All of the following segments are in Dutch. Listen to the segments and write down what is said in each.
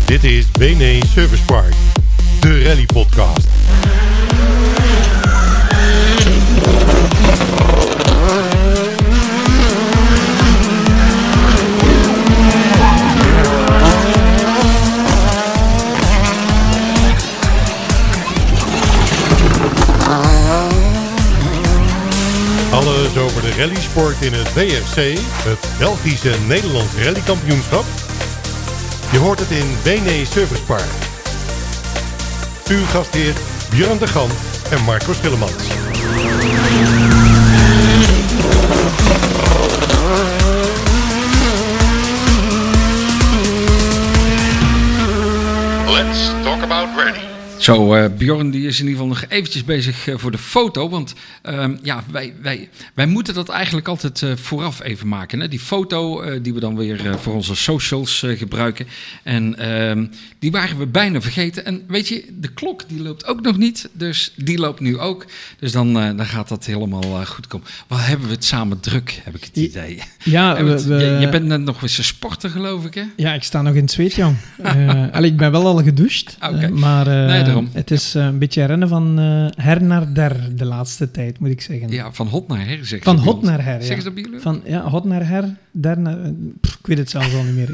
Dit is BNE Service Park, de rally podcast. Alles over de rallysport in het BFC, het Belgische Nederlandse rallykampioenschap. Je hoort het in BNE Service Park. Uw gastheer Björn de Gant en Marco Schillemans. Let's talk about rally. Zo, Björn die is in ieder geval nog eventjes bezig voor de foto. Want wij moeten dat eigenlijk altijd vooraf even maken. Hè? Die foto die we dan weer voor onze socials gebruiken. En die waren we bijna vergeten. En weet je, de klok die loopt ook nog niet. Dus die loopt nu ook. Dus dan gaat dat helemaal goed komen. Wat hebben we het samen druk, heb ik het idee. Ja, je bent net nog eens een sporter, geloof ik, hè? Ja, ik sta nog in het zweet, jong. Ik ben wel al gedoucht. Okay. Maar daarom. Het is een beetje rennen van her naar der de laatste tijd, moet ik zeggen. Ja, van hot naar her, zeg je. Van hot naar her, ja. Zeg je dat bij jullie? Van hot naar her, der naar... ik weet het zelfs al niet meer.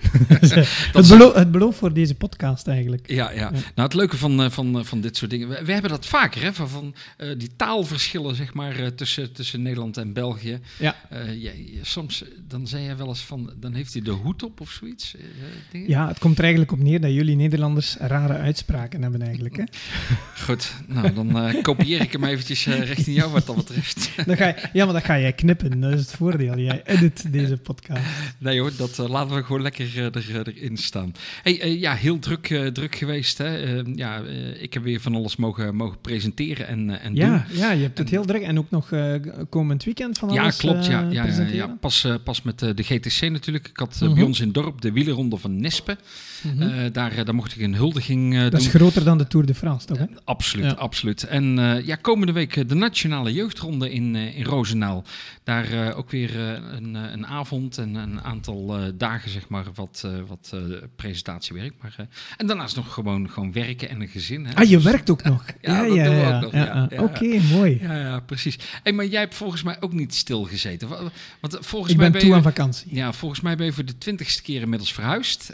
Het beloof voor deze podcast eigenlijk. Ja. Nou, het leuke van dit soort dingen... We hebben dat vaker, hè? Van die taalverschillen, zeg maar, tussen Nederland en België. Ja. Soms, dan zei je wel eens van... Dan heeft hij de hoed op of zoiets. Ja, het komt er eigenlijk op neer dat jullie Nederlanders rare uitspraken hebben eigenlijk, hè? Goed, nou, dan kopieer ik hem eventjes richting jou wat dat betreft. Maar dat ga jij knippen, dat is het voordeel. Jij edit deze podcast. Nee hoor, dat laten we gewoon lekker erin staan. Hey, heel druk geweest. Hè? Ik heb weer van alles mogen presenteren en doen. Ja, je hebt het heel druk. En ook nog komend weekend van alles presenteren. Ja, pas met de GTC natuurlijk. Ik had bij ons in het dorp de wielerronde van Nespe. Daar mocht ik een huldiging doen. Dat is groter dan de Tour de France, toch? Hè? Absoluut. En komende week de nationale jeugdronde in Roosendaal. Daar ook weer een avond en een aantal dagen, zeg maar, wat presentatiewerk. En daarnaast nog gewoon werken en een gezin. Hè? Je werkt ook nog? Ja, dat doen we ook nog. Ja. Oké, mooi. Ja, precies. Hey, maar jij hebt volgens mij ook niet stilgezeten. Want ik ben toe aan vakantie. Ja, volgens mij ben je voor de 20ste keer inmiddels verhuisd.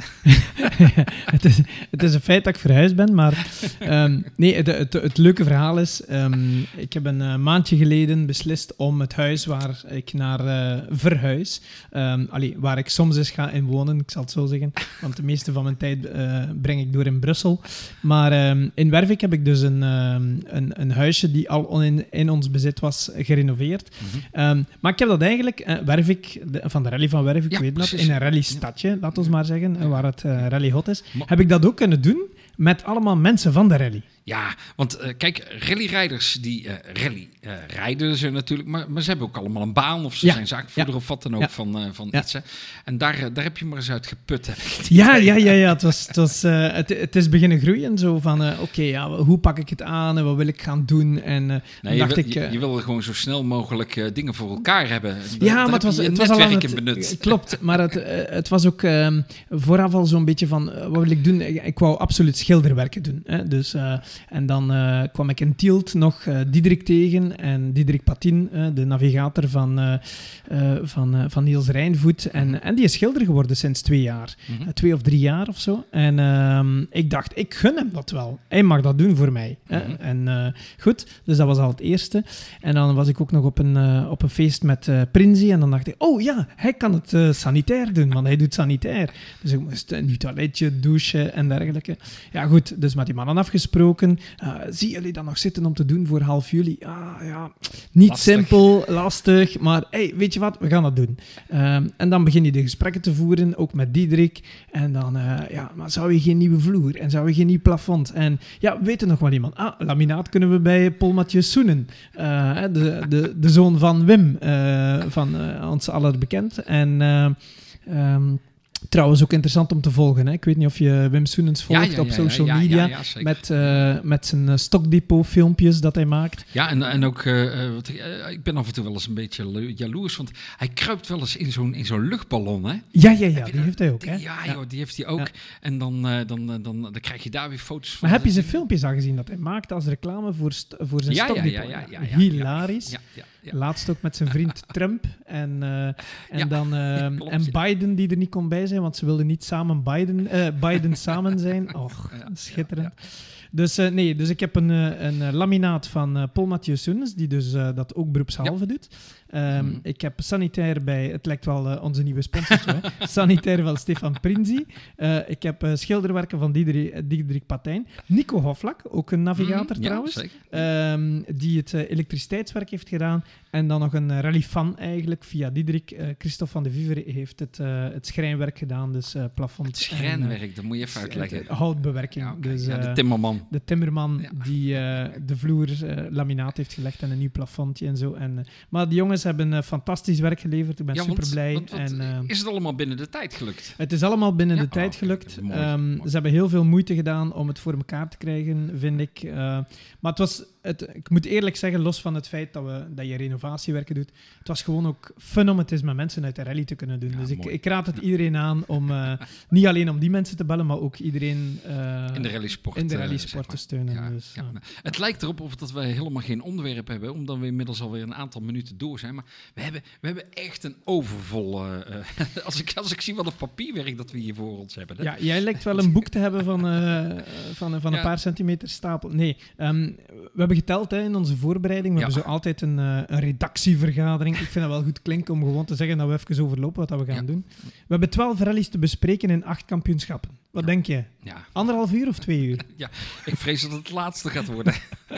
Het is een feit dat ik verhuisd ben, maar het leuke verhaal is, ik heb een maandje geleden beslist om het huis waar ik naar verhuis, waar ik soms eens ga in wonen, ik zal het zo zeggen, want de meeste van mijn tijd breng ik door in Brussel. Maar in Wervik heb ik dus een huisje die al in ons bezit was gerenoveerd. Maar ik heb dat eigenlijk, Wervik, van de rally van Wervik, ik weet dat, in een rallystadje, laten we maar zeggen, waar het rally hot is, heb ik dat ook kunnen doen met allemaal mensen van de rally. Ja, want kijk, rallyrijders die rijden ze natuurlijk, maar ze hebben ook allemaal een baan of ze zijn zaakvoerder of wat dan ook van iets. Hè. En daar heb je maar eens uit geput. Hè. Het is beginnen groeien, zo van hoe pak ik het aan en wat wil ik gaan doen? En je wil gewoon zo snel mogelijk dingen voor elkaar hebben. Maar het was al in benut. Klopt, maar het was ook vooraf al zo'n beetje van, wat wil ik doen? Ik wou absoluut schilderwerken doen. Hè. Dus... En dan kwam ik in Tielt nog Diederik tegen en Diederik Patin, de navigator van Niels Rijnvoet. En die is schilder geworden sinds 2 jaar. 2 of 3 jaar of zo. En ik dacht, ik gun hem dat wel. Hij mag dat doen voor mij. En goed, dus dat was al het eerste. En dan was ik ook nog op een feest met Prinzi. En dan dacht ik, hij kan het sanitair doen, want hij doet sanitair. Dus ik moest een toiletje, douchen en dergelijke. Ja goed, dus met die mannen afgesproken. Zie jullie dat nog zitten om te doen voor half juli? Niet lastig. Simpel, lastig, maar weet je wat, we gaan dat doen. En dan begin je de gesprekken te voeren, ook met Diederik. En dan, maar zou je geen nieuwe vloer? En zou je geen nieuw plafond? En weet er nog wel iemand? Laminaat kunnen we bij Paul Mathieu Soenen. De zoon van Wim, van ons aller bekend. En... Trouwens ook interessant om te volgen. Hè? Ik weet niet of je Wim Soenens volgt op social media. Ja, met zijn stokdepot filmpjes dat hij maakt. Ja, en ook, ik ben af en toe wel eens een beetje jaloers, want hij kruipt wel eens in zo'n luchtballon, hè? Ja, die heeft hij ook, hè? Ja, joh, die heeft hij ook. Ja. En dan krijg je daar weer foto's van. Maar heb je zijn filmpjes al gezien dat hij maakt als reclame voor zijn stokdepot? Ja. Hilarisch. Ja. Laatst ook met zijn vriend Trump en Biden die er niet kon bij zijn, want ze wilden niet samen Biden samen zijn. Och, schitterend. Ja. Dus ik heb een laminaat van Paul Mathieu Soenens, die dus dat ook beroepshalve doet. Ik heb sanitair bij, het lijkt wel onze nieuwe sponsor, hè? Sanitair van Stefan Prinzi. Ik heb schilderwerken van Diederik Patijn. Nico Hoflak, ook een navigator trouwens, die het elektriciteitswerk heeft gedaan. En dan nog een rallyfan eigenlijk, via Diederik. Christophe van de Vivere heeft het schrijnwerk gedaan, dus plafond. Het schrijnwerk, dat moet je even uitleggen. Houtbewerking. Ja, okay. Dus, de timmerman. De timmerman die de vloer laminaat heeft gelegd en een nieuw plafondje en zo. Maar die jongens hebben fantastisch werk geleverd. Ik ben super blij. Is het allemaal binnen de tijd gelukt? Het is allemaal binnen de tijd gelukt. Mooi. Ze hebben heel veel moeite gedaan om het voor elkaar te krijgen, vind ik. Maar het was... ik moet eerlijk zeggen, los van het feit dat je renovatiewerken doet, het was gewoon ook fun om het eens met mensen uit de rally te kunnen doen. Ja, dus ik raad het iedereen aan om niet alleen om die mensen te bellen, maar ook iedereen in de rallysport te steunen. Ja, dus, ja. Het lijkt erop of dat we helemaal geen onderwerp hebben, omdat we inmiddels alweer een aantal minuten door zijn. Maar we hebben echt een overvol... als ik zie wat het papierwerk dat we hier voor ons hebben. Hè? Ja, jij lijkt wel een boek te hebben van een paar centimeter stapel. Nee, we hebben geteld in onze voorbereiding. We hebben zo altijd een redactievergadering. Ik vind dat wel goed klinken om gewoon te zeggen dat we even overlopen wat we gaan doen. We hebben 12 rallies te bespreken in 8 kampioenschappen. Wat denk je? Ja. 1,5 uur of 2 uur? Ja, ik vrees dat het laatste gaat worden.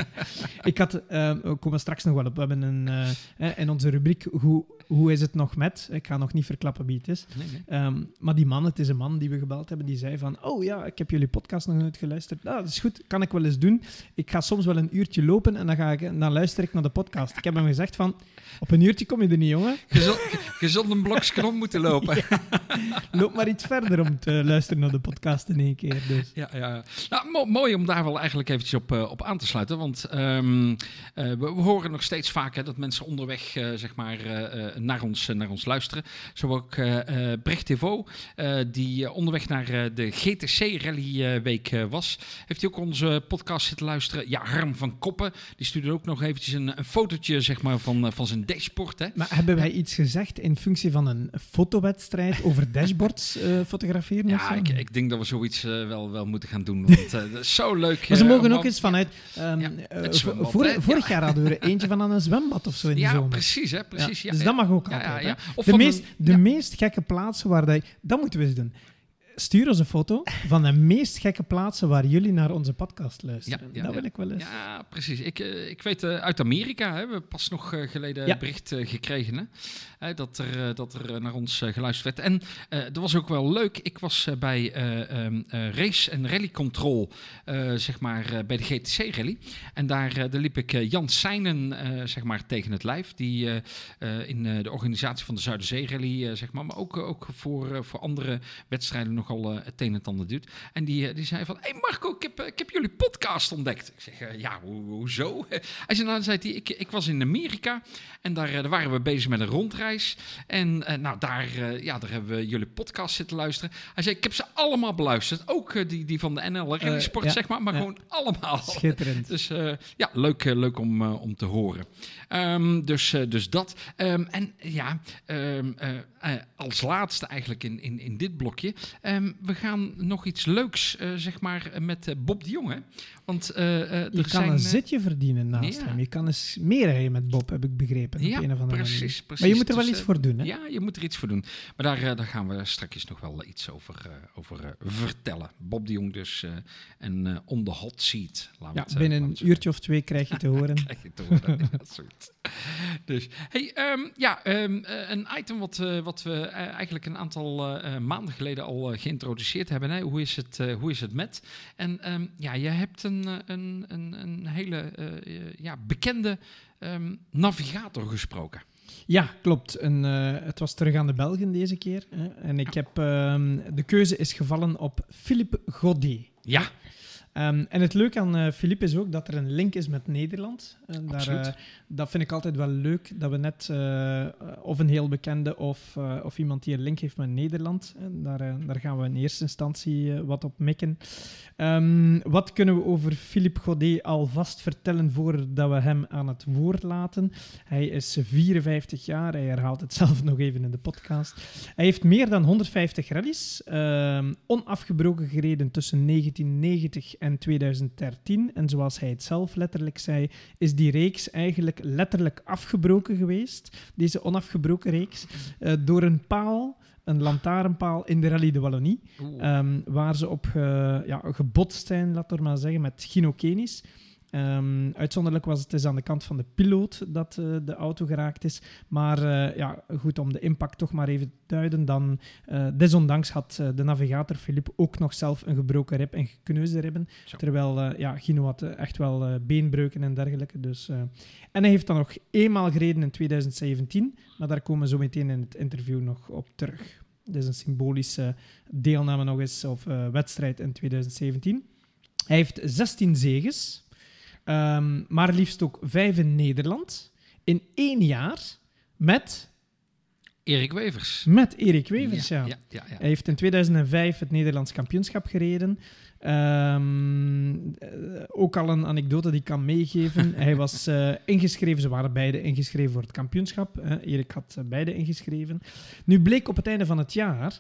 We komen straks nog wel op. We hebben in onze rubriek hoe is het nog met? Ik ga nog niet verklappen wie het is. Nee. Maar het is een man die we gebeld hebben, die zei van, oh ja, ik heb jullie podcast nog nooit geluisterd. Dat is goed, kan ik wel eens doen. Ik ga soms wel een uurtje lopen en dan luister ik naar de podcast. Ik heb hem gezegd van, op een uurtje kom je er niet, jongen. Gezond een blokje om moeten lopen. Ja. Loop maar iets verder om te luisteren naar de podcast in één keer. Dus. Ja. Nou, mooi om daar wel eigenlijk eventjes op aan te sluiten, want we horen nog steeds vaak dat mensen onderweg naar ons luisteren. Zo ook Brecht Devo, die onderweg naar de GTC Rally Week was. Heeft hij ook onze podcast zitten luisteren. Ja, Harm van Koppen, die stuurde ook nog eventjes een fotootje van zijn dashboard. Hè. Maar hebben wij iets gezegd in functie van een fotowedstrijd over dashboards fotograferen? Ja, ik denk dat we zoiets wel moeten gaan doen. Want dat is zo leuk. Maar ze mogen ook eens vanuit... vorig jaar hadden we er eentje van aan een zwembad of zo in de zomer. Precies. Ja. Dus dat mag ook altijd. Ja. Of de meest gekke plaatsen waar dat moeten we eens doen. Stuur ons een foto van de meest gekke plaatsen waar jullie naar onze podcast luisteren. Dat wil ik wel eens. Ja, precies. Ik weet uit Amerika, we hebben pas nog geleden bericht gekregen dat er naar ons geluisterd werd. En dat was ook wel leuk. Ik was bij Race en Rally Control, bij de GTC Rally. En daar liep ik Jan Seijnen tegen het lijf, die in de organisatie van de Zuiderzee Rally, maar ook voor andere wedstrijden nogal het een en ander doet. En die zei van, hey Marco, ik heb jullie podcast ontdekt. Ik zeg, hoezo? Hij zei, ik was in Amerika en daar waren we bezig met een rondreis. En daar hebben we jullie podcast zitten luisteren. Hij zei, ik heb ze allemaal beluisterd. Ook die van de NL Rally Sport, maar gewoon allemaal. Schitterend. Dus leuk om te horen. Dus dat. Als laatste eigenlijk in dit blokje. We gaan nog iets leuks, met Bob de Jong. Hè? Want je kan een zitje verdienen naast hem. Je kan eens meer rijden met Bob, heb ik begrepen. Op een of andere manier. Precies. Maar je moet er wel iets voor doen. Hè? Ja, je moet er iets voor doen. Maar daar gaan we straks nog wel iets over vertellen. Bob de Jong dus. En on the hot seat. Binnen een uurtje of 2 krijg je te horen. Dus, een item wat we eigenlijk een aantal maanden geleden al geïntroduceerd hebben. Hè? Hoe is het met? En je hebt een hele bekende navigator gesproken. Ja, klopt. Het was terug aan de Belgen deze keer. Hè. En ik heb... de keuze is gevallen op Philippe Godet. Ja. En het leuke aan Philippe is ook dat er een link is met Nederland. Dat vind ik altijd wel leuk, dat we net of een heel bekende of iemand die een link heeft met Nederland. Daar gaan we in eerste instantie wat op mikken. Wat kunnen we over Philippe Godet alvast vertellen voordat we hem aan het woord laten? Hij is 54 jaar, hij herhaalt het zelf nog even in de podcast. Hij heeft meer dan 150 rallies, onafgebroken gereden tussen 1990 en 2013. En zoals hij het zelf letterlijk zei, is die reeks eigenlijk letterlijk afgebroken geweest, deze onafgebroken reeks, door een lantaarnpaal in de Rallye de Wallonie, waar ze op gebotst zijn, laten we maar zeggen, met gynokenis. Uitzonderlijk was het dus aan de kant van de piloot dat de auto geraakt is. Maar goed, om de impact toch maar even te duiden, dan desondanks had de navigator Philippe ook nog zelf een gebroken rib en gekneusde ribben. Zo. Terwijl Gino had echt wel beenbreuken en dergelijke. Dus, en hij heeft dan nog eenmaal gereden in 2017, maar daar komen we zo meteen in het interview nog op terug. Dit is een symbolische deelname nog eens, of wedstrijd in 2017. Hij heeft 16 zeges. Maar liefst ook 5 in Nederland. In 1 jaar met... Erik Wevers. Met Erik Wevers, ja. Ja. Hij heeft in 2005 het Nederlands kampioenschap gereden. Ook al een anekdote die ik kan meegeven. Hij was ingeschreven, ze waren beide ingeschreven voor het kampioenschap. Erik had beide ingeschreven. Nu bleek op het einde van het jaar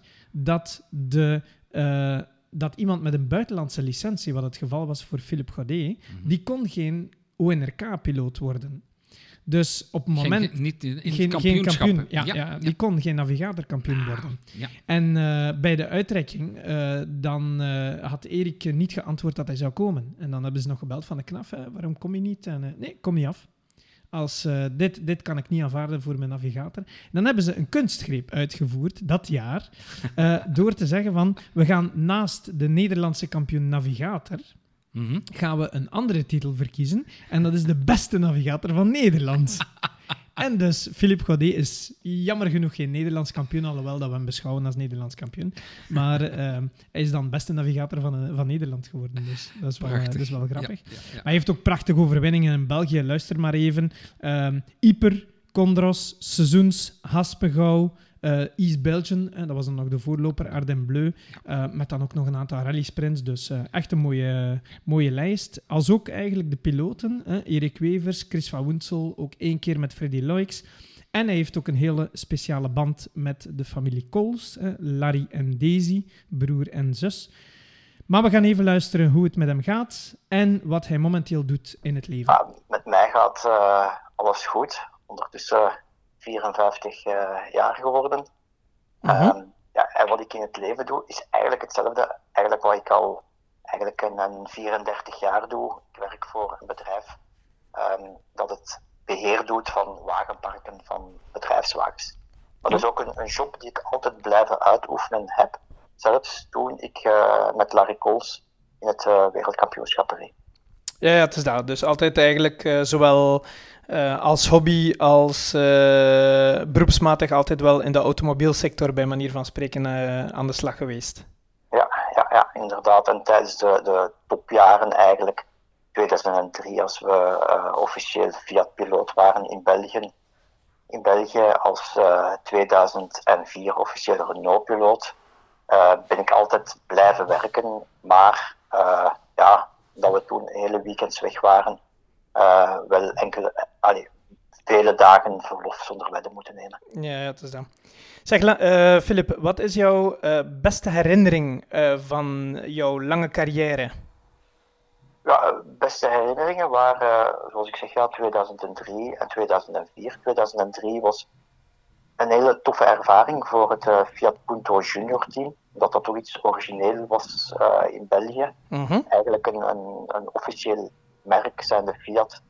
dat iemand met een buitenlandse licentie, wat het geval was voor Philippe Godet, die kon geen ONRK-piloot worden. Dus op het moment... Geen kampioen. Die kon geen navigatorkampioen worden. Ja. En bij de uitreiking dan had Erik niet geantwoord dat hij zou komen. En dan hebben ze nog gebeld van de KNAF, waarom kom je niet? En, nee, kom niet af. Als dit kan ik niet aanvaarden voor mijn navigator. Dan hebben ze een kunstgreep uitgevoerd, dat jaar, door te zeggen van, we gaan naast de Nederlandse kampioen navigator, gaan we een andere titel verkiezen. En dat is de beste navigator van Nederland. En dus Philippe Godet is jammer genoeg geen Nederlands kampioen, alhoewel dat we hem beschouwen als Nederlands kampioen. Maar hij is dan beste navigator van Nederland geworden. Dus dat is wel grappig. Ja. Maar hij heeft ook prachtige overwinningen in België. Luister maar even. Yper, Condros, Seizoens, Haspengouw, East Belgian, dat was dan nog de voorloper, Ardennes Bleu, met dan ook nog een aantal rally-sprints. Dus echt een mooie lijst. Als ook eigenlijk de piloten, Erik Wevers, Chris van Woensel, ook 1 keer met Freddy Loix. En hij heeft ook een hele speciale band met de familie Coles, Larry en Daisy, broer en zus. Maar we gaan even luisteren hoe het met hem gaat en wat hij momenteel doet in het leven. Met mij gaat alles goed. Ondertussen 54 jaar geworden. En wat ik in het leven doe, is eigenlijk hetzelfde eigenlijk wat ik al een 34 jaar doe. Ik werk voor een bedrijf dat het beheer doet van wagenparken van bedrijfswagens. Maar dat is ook een job die ik altijd blijven uitoefenen heb. Zelfs toen ik met Larry Coles in het wereldkampioenschap reed. Ja, het is dat. Dus altijd eigenlijk zowel als hobby als beroepsmatig altijd wel in de automobielsector bij manier van spreken aan de slag geweest. Ja, inderdaad. En tijdens de topjaren eigenlijk, 2003 als we officieel Fiat-piloot waren in België. In België als 2004 officieel Renault-piloot. Ben ik altijd blijven werken, maar dat we toen hele weekends weg waren, wel vele dagen verlof zonder wedden moeten nemen. Ja, het is dat. Zeg, Philippe, wat is jouw beste herinnering van jouw lange carrière? Ja, beste herinneringen waren, zoals ik zeg, 2003 en 2004. 2003 was een hele toffe ervaring voor het Fiat Punto Junior team. Dat toch iets origineel was in België. Eigenlijk een officieel merk zijn de Fiat.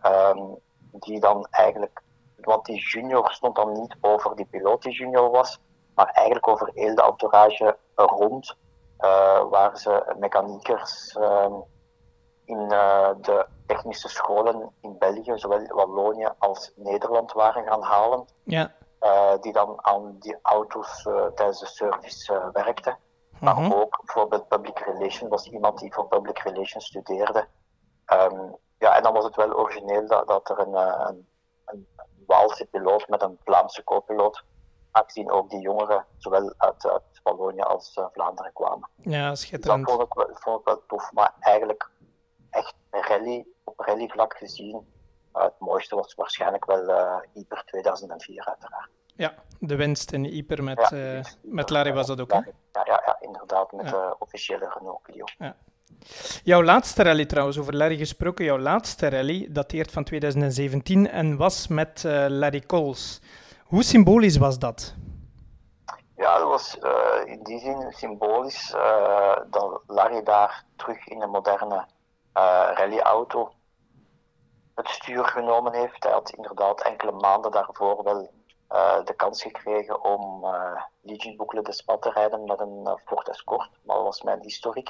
Die dan eigenlijk, want die junior stond dan niet over die piloot die junior was, maar eigenlijk over heel de entourage rond, waar ze mechaniekers in de technische scholen in België, zowel Wallonië als Nederland, waren gaan halen. Ja. Die dan aan die auto's tijdens de service werkten. Maar ook bijvoorbeeld public relations was iemand die voor public relations studeerde. En dan was het wel origineel dat er een Waalse piloot met een Vlaamse co-piloot, aangezien ook die jongeren zowel uit Wallonië als Vlaanderen kwamen. Ja, schitterend. Dus dat vond ik wel tof, maar eigenlijk echt op rallyvlak gezien, het mooiste was waarschijnlijk wel Yper 2004 uiteraard. Ja, de winst in Yper met Larry was dat ook, hè? Ja, inderdaad, met de officiële Renault Clio. Ja. Jouw laatste rally trouwens, over Larry gesproken, jouw laatste rally dateert van 2017 en was met Larry Coles. Hoe symbolisch was dat? Ja, dat was in die zin symbolisch dat Larry daar terug in een moderne rallyauto het stuur genomen heeft. Hij had inderdaad enkele maanden daarvoor wel de kans gekregen om Legion Boucle de Spa te rijden met een Ford Escort, maar dat was mijn historiek.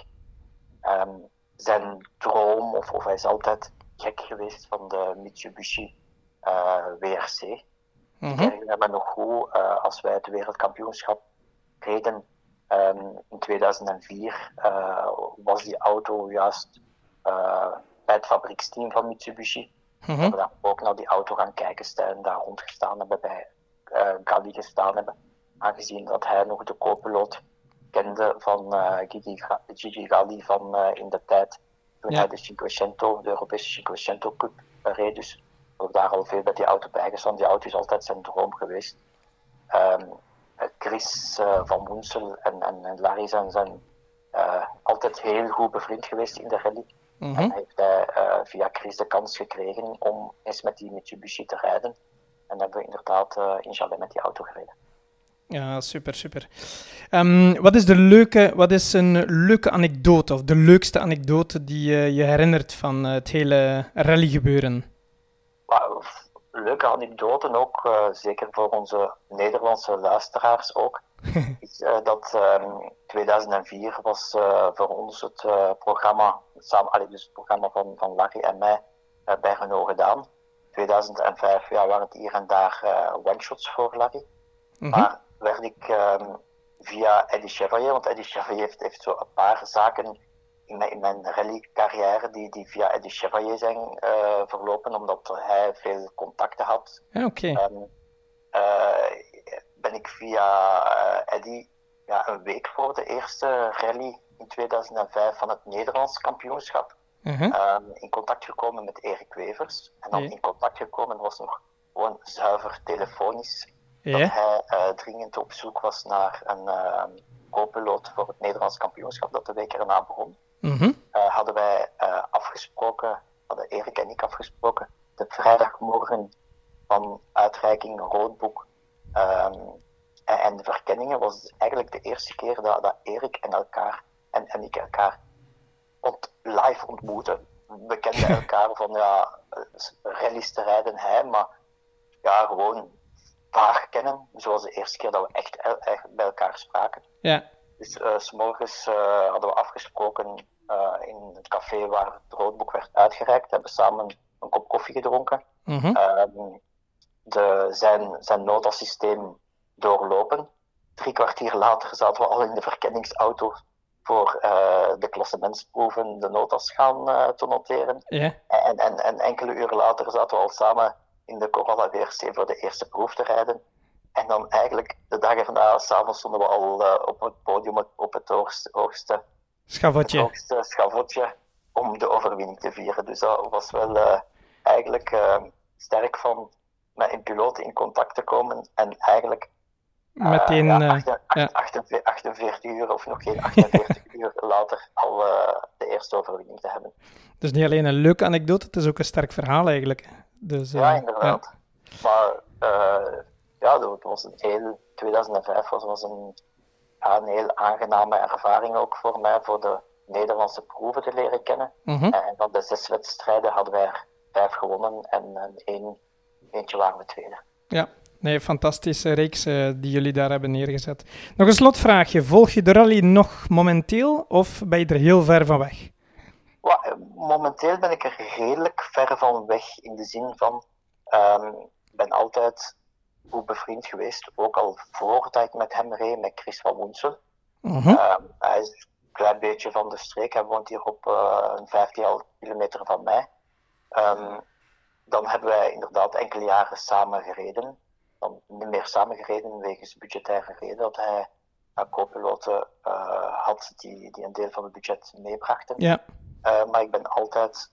Zijn droom, of hij is altijd gek geweest van de Mitsubishi WRC. Ik herinner me nog goed, als wij het wereldkampioenschap reden in 2004, was die auto juist bij het fabrieksteam van Mitsubishi. We hebben daar ook naar die auto gaan kijken, Stijn, daar rondgestaan hebben, bij Galli gestaan hebben, aangezien dat hij nog de co-piloot kende van Gigi Galli van in de tijd toen hij de Europese Cinquecento Cup reed. Dus ook daar al veel bij die auto bijgestaan. Die auto is altijd zijn droom geweest. Chris van Moensel en Larry zijn altijd heel goed bevriend geweest in de rally. En heeft hij via Chris de kans gekregen om eens met die Mitsubishi te rijden. En hebben we inderdaad in Jalais met die auto gereden. Ja, super. Wat is een leuke anekdote, of de leukste anekdote die je herinnert van het hele rallygebeuren? Leuke anekdoten ook, zeker voor onze Nederlandse luisteraars ook, is dat 2004 was voor ons het programma, dus het programma van Larry en mij bij Renault gedaan. 2005 waren het hier en daar one-shots voor Larry. Maar werd ik via Eddie Chevalier, want Eddie Chevalier heeft zo een paar zaken in mijn rallycarrière die via Eddie Chevalier zijn verlopen, omdat hij veel contacten had. Ben ik via Eddie een week voor de eerste rally in 2005 van het Nederlands kampioenschap in contact gekomen met Erik Wevers. En dan in contact gekomen was nog gewoon zuiver telefonisch. Dat hij dringend op zoek was naar een co-piloot voor het Nederlands kampioenschap dat de week erna begon. Hadden Erik en ik afgesproken, de vrijdagmorgen van uitreiking roodboek en de verkenningen was eigenlijk de eerste keer dat Erik en ik elkaar live ontmoeten. We kenden elkaar van rallies te rijden, maar gewoon vaag kennen, zoals de eerste keer dat we echt bij elkaar spraken. Dus 's morgens hadden we afgesproken in het café waar het roodboek werd uitgereikt, hebben samen een kop koffie gedronken, zijn notasysteem doorlopen. 3 kwartier later zaten we al in de verkenningsauto voor de klassementsproeven de notas gaan te noteren. En enkele uren later zaten we al samen in de Corolla WRC voor de eerste proef te rijden. En dan eigenlijk de dag erna, s'avonds stonden we al op het podium op het hoogste schavotje om de overwinning te vieren. Dus dat was wel eigenlijk sterk van met een piloot in contact te komen en eigenlijk meteen 48 uur of nog geen 48 uur later al de eerste overwinning te hebben. Dus niet alleen een leuke anekdote, het is ook een sterk verhaal eigenlijk. Dus, inderdaad. Maar het was een heel 2005 was een heel aangename ervaring ook voor mij, voor de Nederlandse proeven te leren kennen. En van de 6 wedstrijden hadden wij er 5 gewonnen en eentje waren we tweede. Ja, fantastische reeks die jullie daar hebben neergezet. Nog een slotvraagje. Volg je de rally nog momenteel of ben je er heel ver van weg? Momenteel ben ik er redelijk ver van weg in de zin van, ik ben altijd goed bevriend geweest, ook al voordat ik met hem reed, met Chris van Woensel. Hij is een klein beetje van de streek, hij woont hier op een 15 kilometer van mij. Dan hebben wij inderdaad enkele jaren samen gereden. Dan niet meer samen gereden wegens budgettaire reden, dat hij co-piloten had die een deel van het budget meebrachten. Ja. Maar ik ben altijd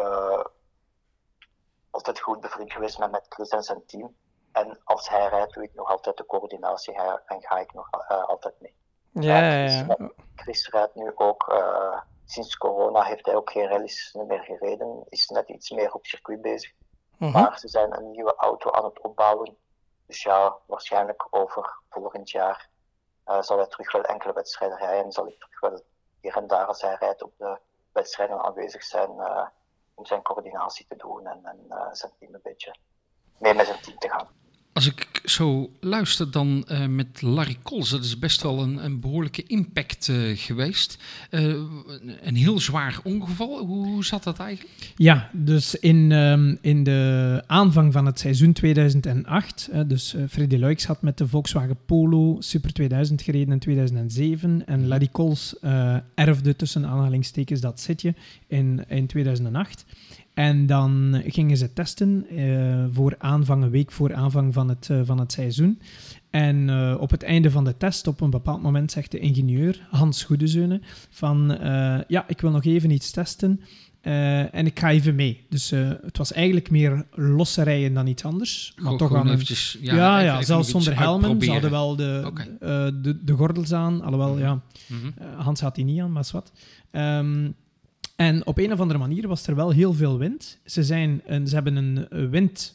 goed bevriend geweest met Chris en zijn team. En als hij rijdt, doe ik nog altijd de coördinatie en ga ik nog altijd mee. Chris rijdt nu ook, sinds corona heeft hij ook geen rallies meer gereden, is net iets meer op circuit bezig. Maar ze zijn een nieuwe auto aan het opbouwen. Dus ja, waarschijnlijk over volgend jaar zal hij terug wel enkele wedstrijden rijden. En zal ik terug wel hier en daar, als hij rijdt, op de wedstrijden aanwezig zijn om zijn coördinatie te doen en zijn team een beetje mee met zijn team te gaan. Als ik zo luister dan met Larry Cols, dat is best wel een behoorlijke impact geweest. Een heel zwaar ongeval. Hoe zat dat eigenlijk? Ja, dus in de aanvang van het seizoen 2008, dus Freddy Luijks had met de Volkswagen Polo Super 2000 gereden in 2007 en Larry Cols erfde tussen aanhalingstekens dat zitje in 2008. En dan gingen ze testen een week voor aanvang van het seizoen. En op het einde van de test, op een bepaald moment, zegt de ingenieur, Hans Goedezeune, van ik wil nog even iets testen en ik ga even mee. Dus het was eigenlijk meer losse rijden dan iets anders. Maar toch gewoon eventjes... even zelfs zonder helmen. Ze hadden wel de gordels aan. Alhoewel, Hans had die niet aan, maar is wat. En op een of andere manier was er wel heel veel wind. Ze hebben een wind...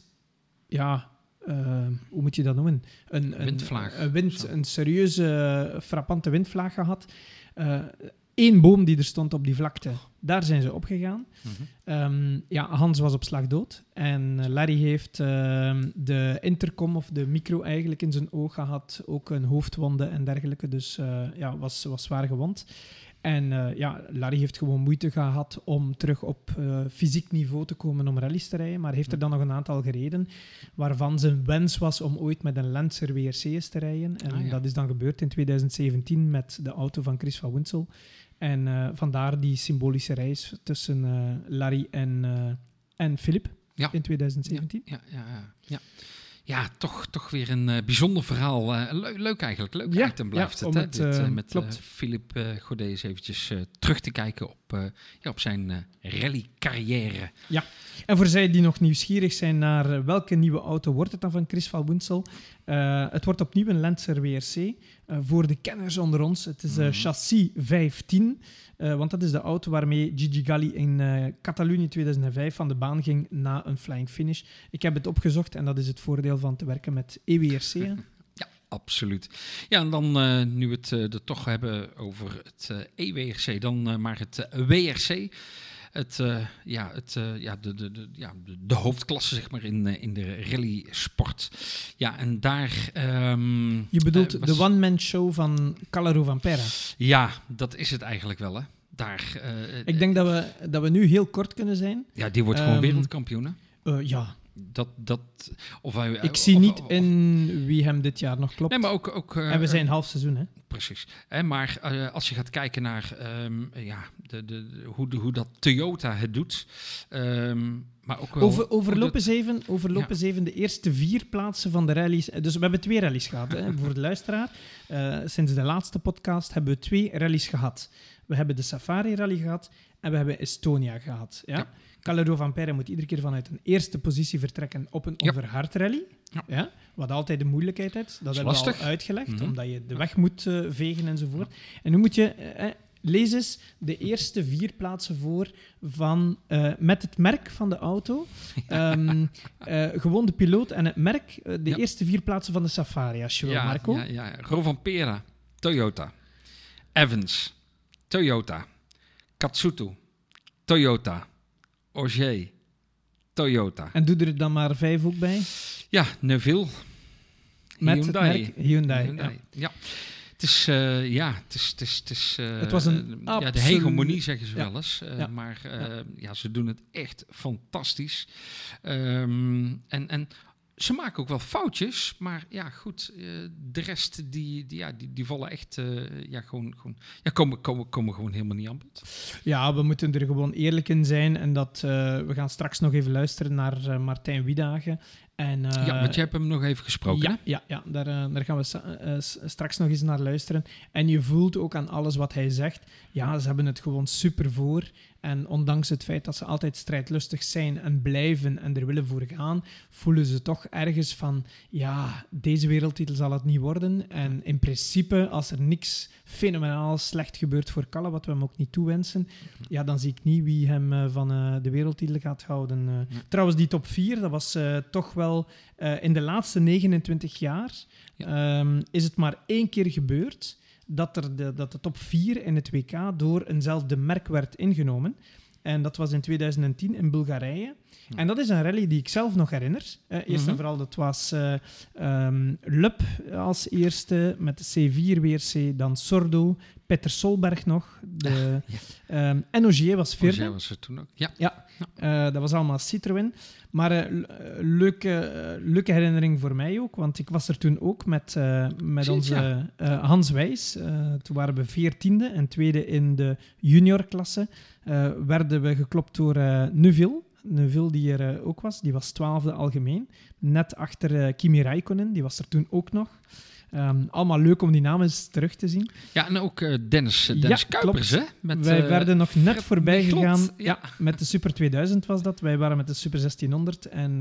hoe moet je dat noemen? Windvlaag. Een serieuze, frappante windvlaag gehad. Eén boom die er stond op die vlakte, daar zijn ze opgegaan. Hans was op slag dood. En Larry heeft de intercom of de micro eigenlijk in zijn oog gehad. Ook een hoofdwonde en dergelijke. Dus was zwaar gewond. En Larry heeft gewoon moeite gehad om terug op fysiek niveau te komen om rallies te rijden, maar heeft er dan nog een aantal gereden, waarvan zijn wens was om ooit met een Lancer WRC's te rijden. En dat is dan gebeurd in 2017 met de auto van Chris van Woensel. En vandaar die symbolische reis tussen Larry en Philip in 2017. Ja. Ja, toch weer een bijzonder verhaal. Leuk eigenlijk. Leuk item blijft het. Met Philip Godet eens eventjes terug te kijken op zijn rallycarrière. Ja, en voor zij die nog nieuwsgierig zijn naar welke nieuwe auto wordt het dan van Chris van Woensel. Het wordt opnieuw een Lancer WRC. Voor de kenners onder ons, het is chassis 510. Want dat is de auto waarmee Gigi Galli in Catalonië 2005 van de baan ging na een flying finish. Ik heb het opgezocht en dat is het voordeel van te werken met EWRC. Ja, absoluut. Ja, en dan nu we het er toch hebben over het EWRC, dan maar het WRC. De hoofdklasse, zeg maar, in de rallysport. Ja, en daar... je bedoelt de one-man show van Calero Vampera? Ja, dat is het eigenlijk wel, hè. Daar, ik denk dat we nu heel kort kunnen zijn. Ja, die wordt gewoon wereldkampioen, hè? Ja. Ik zie niet in wie hem dit jaar nog klopt. Nee, maar ook en we zijn half seizoen, hè? Precies. Maar als je gaat kijken naar hoe dat Toyota het doet... maar ook wel overlopen eens even de eerste 4 plaatsen van de rallies. Dus we hebben 2 rallies gehad, hè, voor de luisteraar. Sinds de laatste podcast hebben we 2 rallies gehad. We hebben de Safari Rally gehad en we hebben Estonia gehad. Ja? Calero Vampera moet iedere keer vanuit een eerste positie vertrekken op een overhard rally. Ja, wat altijd de moeilijkheid is. Dat hebben we al uitgelegd, omdat je de weg moet vegen enzovoort. En nu moet je... lees eens de eerste 4 plaatsen voor van, met het merk van de auto. Gewoon de piloot en het merk. De eerste 4 plaatsen van de Safari, als je wil, Marco. Ja. Rovanpera, Toyota. Evans, Toyota. Katsuto, Toyota. Ogier, Toyota. En doe er dan maar 5 ook bij? Ja, Neuville. Met Hyundai. Ja. Het was een de hegemonie, zeggen ze Ja. wel eens. Ja. Maar ze doen het echt fantastisch. En ze maken ook wel foutjes, maar ja, goed. De rest, die vallen echt komen gewoon helemaal niet aan bod. Ja, we moeten er gewoon eerlijk in zijn. En dat we gaan straks nog even luisteren naar Martijn Wiedage. En, want jij hebt hem nog even gesproken, Ja, daar gaan we straks nog eens naar luisteren. En je voelt ook aan alles wat hij zegt. Ja, ze hebben het gewoon super voor. En ondanks het feit dat ze altijd strijdlustig zijn en blijven en er willen voor gaan, voelen ze toch ergens van, ja, deze wereldtitel zal het niet worden. En in principe, als er niks fenomenaal slecht gebeurt voor Kalle, wat we hem ook niet toewensen, ja, dan zie ik niet wie hem van de wereldtitel gaat houden. Trouwens, die top 4, dat was toch wel in de laatste 29 jaar is het maar 1 keer gebeurd dat de top 4 in het WK door eenzelfde merk werd ingenomen. En dat was in 2010 in Bulgarije. En dat is een rally die ik zelf nog herinner. Eerst en vooral, dat was Lup als eerste, met de C4 WRC, dan Sordo, Peter Solberg nog. En Ogier was vierde. Ogier was er toen ook, dat was allemaal Citroën. Maar leuke herinnering voor mij ook, want ik was er toen ook met onze Hans Wijs. Toen waren we 14e en tweede in de juniorklasse. Werden we geklopt door Neuville. Neuville die er ook was, die was 12e algemeen. Net achter Kimi Räikkönen, die was er toen ook nog. Allemaal leuk om die namen eens terug te zien. Ja, en ook Dennis Kuipers, hè? Wij werden nog net voorbij gegaan. Ja, met de Super 2000 was dat. Wij waren met de Super 1600 en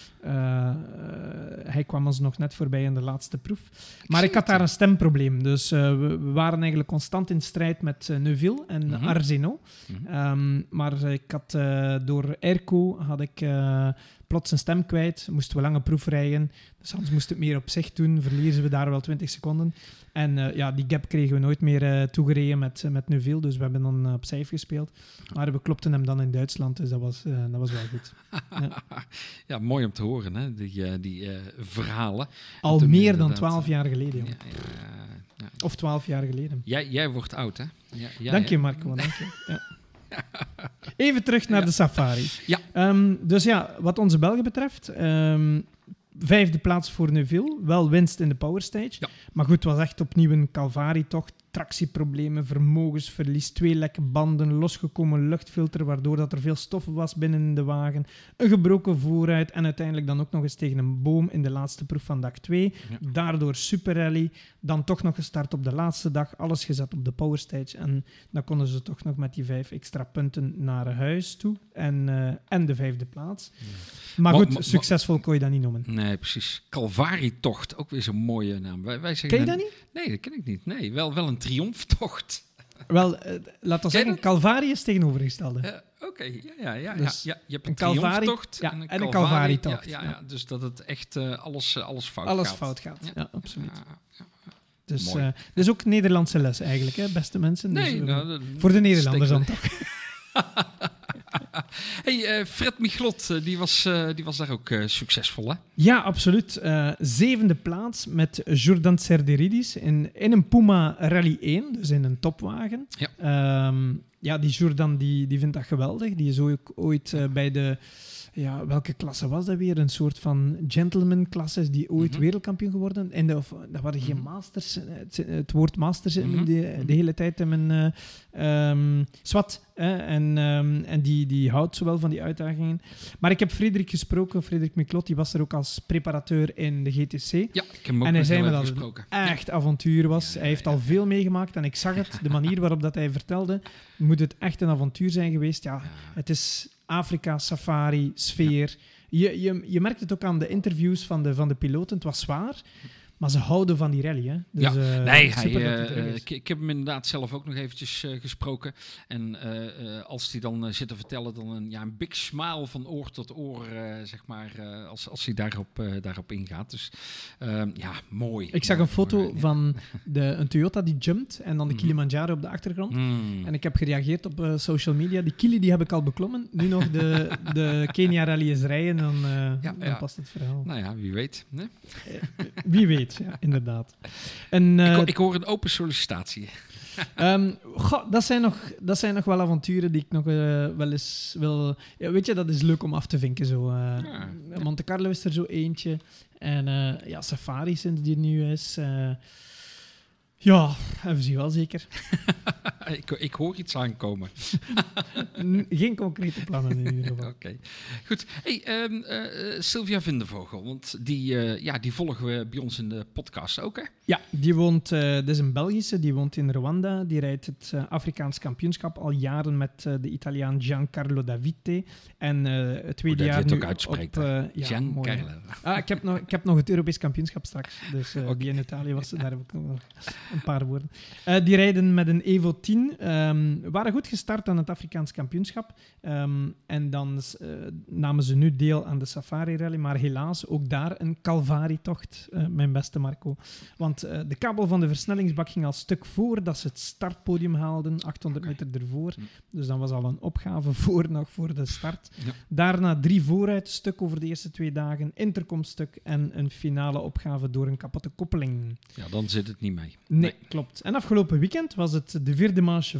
hij kwam ons nog net voorbij in de laatste proef. Maar ik had daar een stemprobleem. Dus we waren eigenlijk constant in strijd met Neuville en Arsenault. Maar ik had door Airco had ik plots een stem kwijt. Moesten we lange proef rijden. Dus Hans moest het meer op zich doen. Verliezen we daar wel 20 seconden. En die gap kregen we nooit meer toegereden met Neuville. Dus we hebben dan op cijf gespeeld. Maar we klopten hem dan in Duitsland. Dus dat was wel goed. Ja, mooi om te horen, hè? Die verhalen. Al meer dan 12 jaar geleden. Ja. Of 12 jaar geleden. Jij wordt oud, hè? Dank je, Marco. Dank je. Ja. Even terug naar de safari. Ja. Dus wat onze Belgen betreft, 5e plaats voor Neuville. Wel winst in de powerstage. Ja. Maar goed, het was echt opnieuw een calvarie-tocht. Tractieproblemen, vermogensverlies, 2 lekke banden, losgekomen luchtfilter, waardoor dat er veel stof was binnen de wagen, een gebroken voorruit en uiteindelijk dan ook nog eens tegen een boom in de laatste proef van dag 2. Ja. Daardoor superrally. Dan toch nog gestart op de laatste dag, alles gezet op de powerstage. En dan konden ze toch nog met die 5 extra punten naar huis toe. En de 5e plaats. Ja. Maar goed, succesvol kon je dat niet noemen. Nee, precies. Calvarietocht, ook weer zo'n mooie naam. Wij zeggen ken je dat niet? Nee, dat ken ik niet. Nee, wel een triomftocht. Wel, laten we zeggen, Calvari is tegenovergestelde. Oké, ja. Dus je hebt een triomftocht en een Calvari-tocht. Ja, dus dat het echt alles fout gaat. Alles fout gaat, ja absoluut. Dus ook Nederlandse les eigenlijk, hè, beste mensen. Nee, dus, voor de Nederlanders dan toch. Hey, Fred Miglot, die was daar ook succesvol, hè? Ja, absoluut. 7e plaats met Jordan Cerderidis in een Puma Rally 1, dus in een topwagen. Ja. Die Jordan die vindt dat geweldig. Die is ook ooit bij de... Ja, welke klasse was dat weer? Een soort van gentleman-klasse is die ooit wereldkampioen geworden. En dat waren geen masters. Het woord masters de hele tijd in mijn zwart. En die houdt zowel van die uitdagingen. Maar ik heb Frederik Miglot, die was er ook als preparateur in de GTC. Ja, ik heb hem ook en hij zei me dat het echt avontuur was. Hij heeft al veel meegemaakt en ik zag het. De manier waarop dat hij vertelde, moet het echt een avontuur zijn geweest. Ja. Het is... Afrika, safari, sfeer. Ja. Je merkt het ook aan de interviews van de piloten. Het was zwaar, maar ze houden van die rally. Hè? Dus, ik heb hem inderdaad zelf ook nog eventjes gesproken. En als hij dan zit te vertellen, dan een big smile van oor tot oor, zeg maar, als hij daarop ingaat. Dus mooi. Ik zag een foto van een Toyota die jumpt en dan de Kilimanjaro op de achtergrond. En ik heb gereageerd op social media. Die Kili die heb ik al beklommen. Nu nog de Kenia Rally is rijden, dan past het verhaal. Nou ja, wie weet. Nee? Wie weet. Zoiets, ja, inderdaad. En, ik hoor een open sollicitatie. Dat zijn nog wel avonturen die ik nog wel eens wil... Ja, weet je, dat is leuk om af te vinken. Zo. Monte Carlo is er zo eentje. En Safari sinds die nu is. Ja, we zien wel zeker. Ik hoor iets aankomen. Geen concrete plannen in ieder geval. Oké. Goed. Hey, Sylvia Vindevogel, want die volgen we bij ons in de podcast ook, hè? Ja, die woont, dat is een Belgische, die woont in Rwanda. Die rijdt het Afrikaans kampioenschap al jaren met de Italiaan Giancarlo Davite. En het tweede jaar het nu ook uitspreekt. Giancarlo. Ik heb nog het Europees kampioenschap straks. Dus die in Italië was, daar heb ik nog een paar woorden. Die rijden met een Evo 10. Waren goed gestart aan het Afrikaans kampioenschap. En dan namen ze nu deel aan de Safari Rally. Maar helaas ook daar een calvarietocht, mijn beste Marco. Want de kabel van de versnellingsbak ging al stuk voor dat ze het startpodium haalden, 800 meter ervoor. Dus dan was al een opgave voor de start. Ja. Daarna 3 vooruitstuk over de eerste 2 dagen, intercomstuk en een finale opgave door een kapotte koppeling. Ja, dan zit het niet mee. Nee, klopt. En afgelopen weekend was het de 4e manche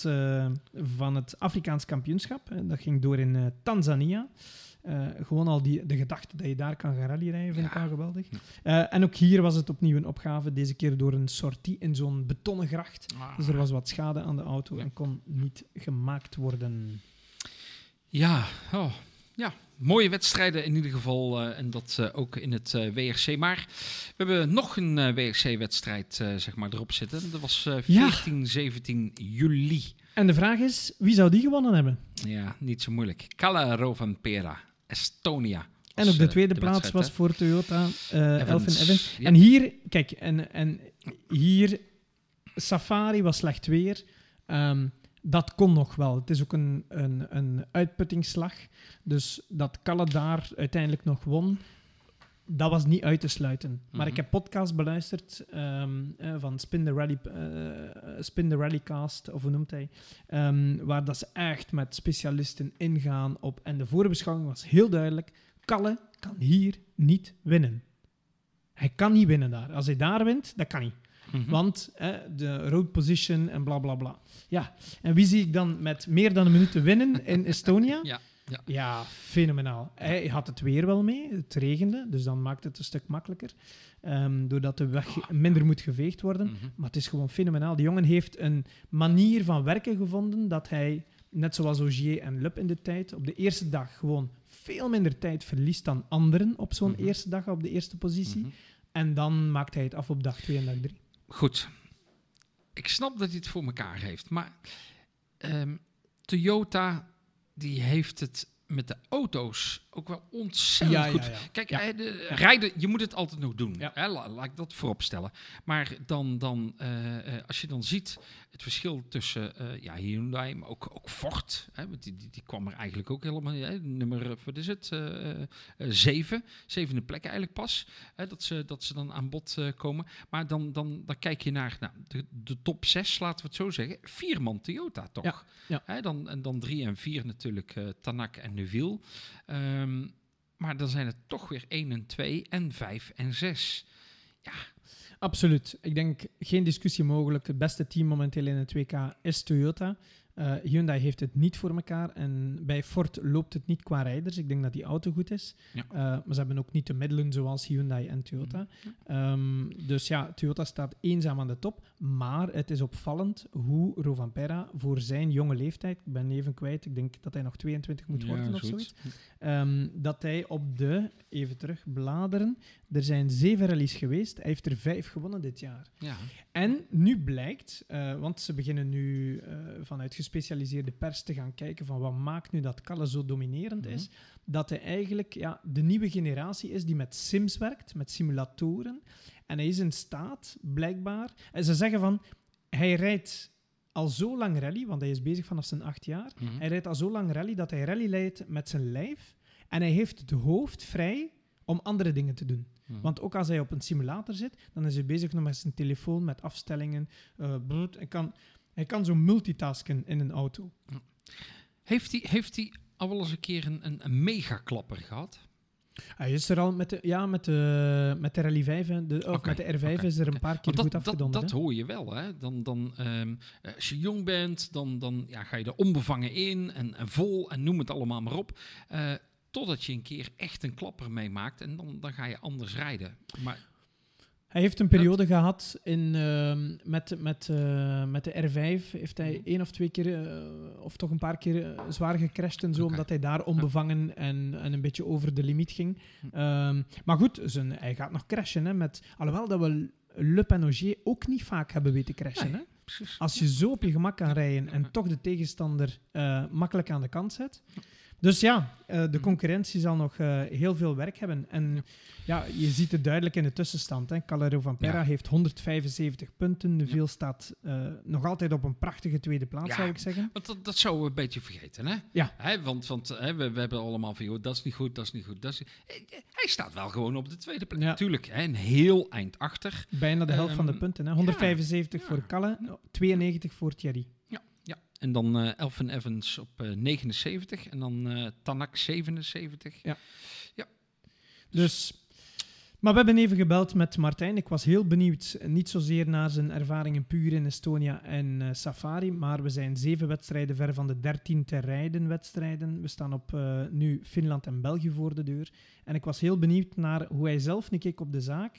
van het Afrikaans kampioenschap. Dat ging door in Tanzania. Gewoon al de gedachte dat je daar kan gaan rallyrijden, vind ik al geweldig. En ook hier was het opnieuw een opgave, deze keer door een sortie in zo'n betonnen gracht. Dus er was wat schade aan de auto en kon niet gemaakt worden. Ja, mooie wedstrijden in ieder geval. En dat ook in het WRC. Maar we hebben nog een WRC-wedstrijd erop zitten. Dat was 14, 17 juli. En de vraag is, wie zou die gewonnen hebben? Ja, niet zo moeilijk. Kalle Rovanperä, Estonia. En op de tweede plaats was voor Toyota Elfyn Evans. Ja. En hier, kijk, en hier, Safari was slecht weer. Dat kon nog wel. Het is ook een uitputtingsslag. Dus dat Kalle daar uiteindelijk nog won, dat was niet uit te sluiten. Maar ik heb podcasts beluisterd van Spin the Rallycast, of hoe noemt hij, waar dat ze echt met specialisten ingaan op. En de voorbeschouwing was heel duidelijk. Kalle kan hier niet winnen. Hij kan niet winnen daar. Als hij daar wint, dat kan niet. Want de road position en bla bla bla. Ja, en wie zie ik dan met meer dan een minuut te winnen in Estonia? Ja, fenomenaal. Hij had het weer wel mee. Het regende, dus dan maakt het een stuk makkelijker. Doordat de weg minder moet geveegd worden. Maar het is gewoon fenomenaal. Die jongen heeft een manier van werken gevonden dat hij, net zoals Ogier en Lup in de tijd, op de eerste dag gewoon veel minder tijd verliest dan anderen op zo'n eerste dag op de eerste positie. En dan maakt hij het af op dag 2 en dag 3. Goed. Ik snap dat hij het voor elkaar heeft. Maar Toyota, die heeft het met de auto's ook wel ontzettend goed. Ja. Kijk, rijden, je moet het altijd nog doen. Ja. Hè? Laat ik dat voorop stellen. Maar dan als je dan ziet het verschil tussen Hyundai, maar ook Ford. Hè? Die kwam er eigenlijk ook helemaal... nummer, wat is het? 7e plek eigenlijk pas. Hè? Dat ze dan aan bod komen. Maar dan kijk je naar de top 6, laten we het zo zeggen. 4-man Toyota, toch? Ja. Hè? Dan 3 en 4 natuurlijk Tanak en Neuville. Maar dan zijn het toch weer 1 en 2 en 5 en 6. Ja. Absoluut. Ik denk, geen discussie mogelijk. Het beste team momenteel in het WK is Toyota. Hyundai heeft het niet voor elkaar. En bij Ford loopt het niet qua rijders. Ik denk dat die auto goed is. Ja. Maar ze hebben ook niet de middelen zoals Hyundai en Toyota. Dus ja, Toyota staat eenzaam aan de top. Maar het is opvallend hoe Rovanperä voor zijn jonge leeftijd, ik ben even kwijt, ik denk dat hij nog 22 moet worden of zoiets, dat hij op de, even terug bladeren, er zijn 7 rallies geweest. Hij heeft er 5 gewonnen dit jaar. Ja. En nu blijkt, want ze beginnen nu vanuit gespecialiseerde pers te gaan kijken van wat maakt nu dat Kalle zo dominerend is, dat hij eigenlijk de nieuwe generatie is die met sims werkt, met simulatoren. En hij is in staat, blijkbaar... En ze zeggen van, hij rijdt al zo lang rally, want hij is bezig vanaf zijn 8 jaar. Hij rijdt al zo lang rally dat hij rally leidt met zijn lijf. En hij heeft het hoofd vrij om andere dingen te doen. Want ook als hij op een simulator zit, dan is hij bezig nog met zijn telefoon, met afstellingen. Hij kan zo multitasken in een auto. Heeft hij al wel eens een keer een megaklapper gehad? Hij is er al met de Rally 5, hè. Met de R5 is er een paar keer goed afgedonderd. Dat hoor je wel. Hè? Als je jong bent, dan ga je er onbevangen in en vol en noem het allemaal maar op. Totdat je een keer echt een klapper meemaakt en dan ga je anders rijden. Maar hij heeft een periode gehad met de R5. Heeft hij 1 of 2 keer, of toch een paar keer zwaar gecrashed en zo, omdat hij daar onbevangen en een beetje over de limiet ging. Maar goed, hij gaat nog crashen. Hè, alhoewel dat we Le Pen Ogier ook niet vaak hebben weten crashen. Nee, hè? precies. Als je zo op je gemak kan rijden en toch de tegenstander makkelijk aan de kant zet. Dus ja, de concurrentie zal nog heel veel werk hebben. En ja, je ziet het duidelijk in de tussenstand. Hè. Calero van Perra heeft 175 punten. De Viel staat nog altijd op een prachtige tweede plaats, zou ik zeggen. Want dat zouden we een beetje vergeten, hè? Ja. Want we hebben allemaal van, joh, dat is niet goed, dat is niet goed. Hij staat wel gewoon op de tweede plaats. Ja. Natuurlijk, een heel eind achter. Bijna de helft van de punten. Hè. 175 voor Kalle, 92 voor Thierry. Ja, en dan Elfyn Evans op 79 en dan Tanak 77. Ja. Dus, maar we hebben even gebeld met Martijn. Ik was heel benieuwd, niet zozeer naar zijn ervaringen puur in Estonia en Safari, maar we zijn 7 wedstrijden ver van de 13 te rijden wedstrijden. We staan op nu Finland en België voor de deur. En ik was heel benieuwd naar hoe hij zelf nu keek op de zaak.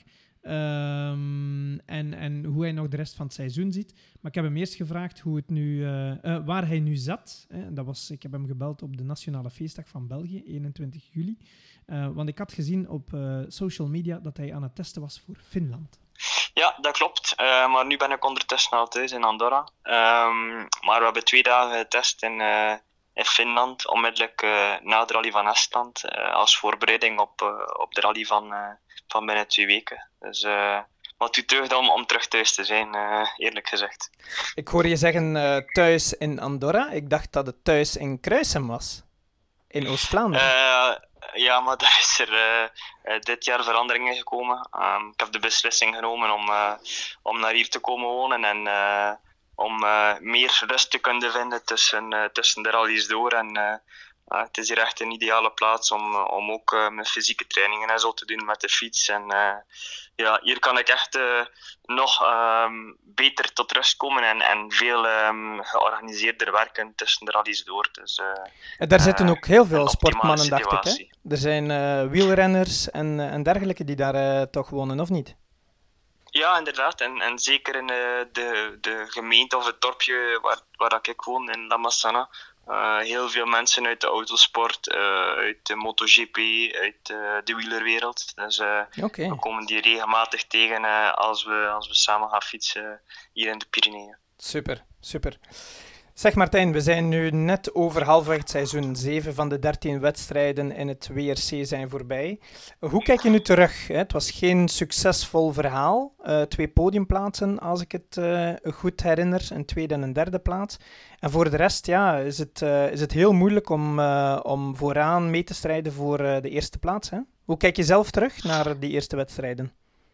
En hoe hij nog de rest van het seizoen ziet. Maar ik heb hem eerst gevraagd hoe het nu, waar hij nu zat. Ik heb hem gebeld op de Nationale Feestdag van België, 21 juli. Want ik had gezien op social media dat hij aan het testen was voor Finland. Ja, dat klopt. Maar nu ben ik ondertussen al thuis in Andorra. Maar we hebben 2 dagen getest in Finland, onmiddellijk na de rally van Estland, als voorbereiding op de rally van binnen 2 weken. Dus wat doet terug om terug thuis te zijn, eerlijk gezegd. Ik hoor je zeggen thuis in Andorra. Ik dacht dat het thuis in Kruisem was. In Oost-Vlaanderen. Ja, maar daar is er dit jaar verandering in gekomen. Ik heb de beslissing genomen om naar hier te komen wonen en om meer rust te kunnen vinden tussen de rallies door. En het is hier echt een ideale plaats om ook mijn fysieke trainingen en zo te doen met de fiets. En hier kan ik echt nog beter tot rust komen en veel georganiseerder werken tussen de rallies door. Dus, daar zitten ook heel veel een sportmannen, dacht situatie. ik. Hè? Er zijn wielrenners en dergelijke die daar toch wonen, of niet? Ja, inderdaad. En zeker in de gemeente of het dorpje waar ik woon, in La Massana. Heel veel mensen uit de autosport, uit de MotoGP, uit de wielerwereld. Dus we komen die regelmatig tegen als we samen gaan fietsen hier in de Pyreneeën. Super, super. Zeg Martijn, we zijn nu net over halfweg het seizoen. 7 van de 13 wedstrijden in het WRC zijn voorbij. Hoe kijk je nu terug? Het was geen succesvol verhaal. 2 podiumplaatsen, als ik het goed herinner. Een tweede en een derde plaats. En voor de rest is het heel moeilijk om vooraan mee te strijden voor de eerste plaats. Hè? Hoe kijk je zelf terug naar die eerste wedstrijden?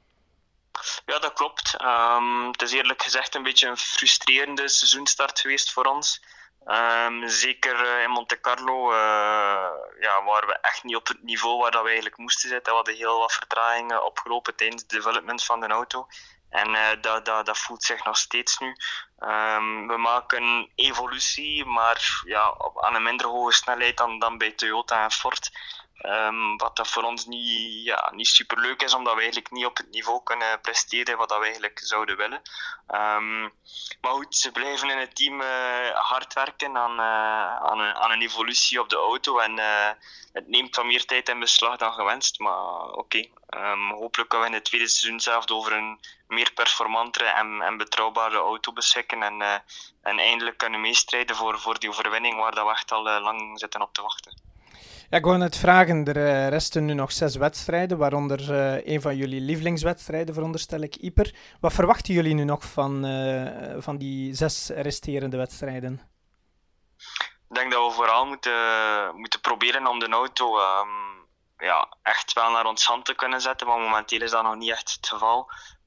Ja, dat klopt. Het is eerlijk gezegd een beetje een frustrerende seizoenstart geweest voor ons. Zeker in Monte Carlo waren we echt niet op het niveau waar dat we eigenlijk moesten zitten. We hadden heel wat vertragingen opgelopen tijdens het development van de auto. En dat voelt zich nog steeds nu. We maken evolutie, maar aan een minder hoge snelheid dan bij Toyota en Ford. Wat dat voor ons niet super leuk is, omdat we eigenlijk niet op het niveau kunnen presteren wat dat we eigenlijk zouden willen. Maar goed, ze blijven in het team hard werken aan een evolutie op de auto. En het neemt wat meer tijd in beslag dan gewenst. Maar oké. Hopelijk kunnen we in het tweede seizoen zelf over een meer performantere en betrouwbare auto beschikken. En eindelijk kunnen meestrijden voor die overwinning waar dat we echt al lang zitten op te wachten. Ja, ik wou net vragen, er resten nu nog 6 wedstrijden, waaronder een van jullie lievelingswedstrijden, veronderstel ik, Yper. Wat verwachten jullie nu nog van die 6 resterende wedstrijden? Ik denk dat we vooral moeten proberen om de auto echt wel naar ons hand te kunnen zetten, maar momenteel is dat nog niet echt het geval.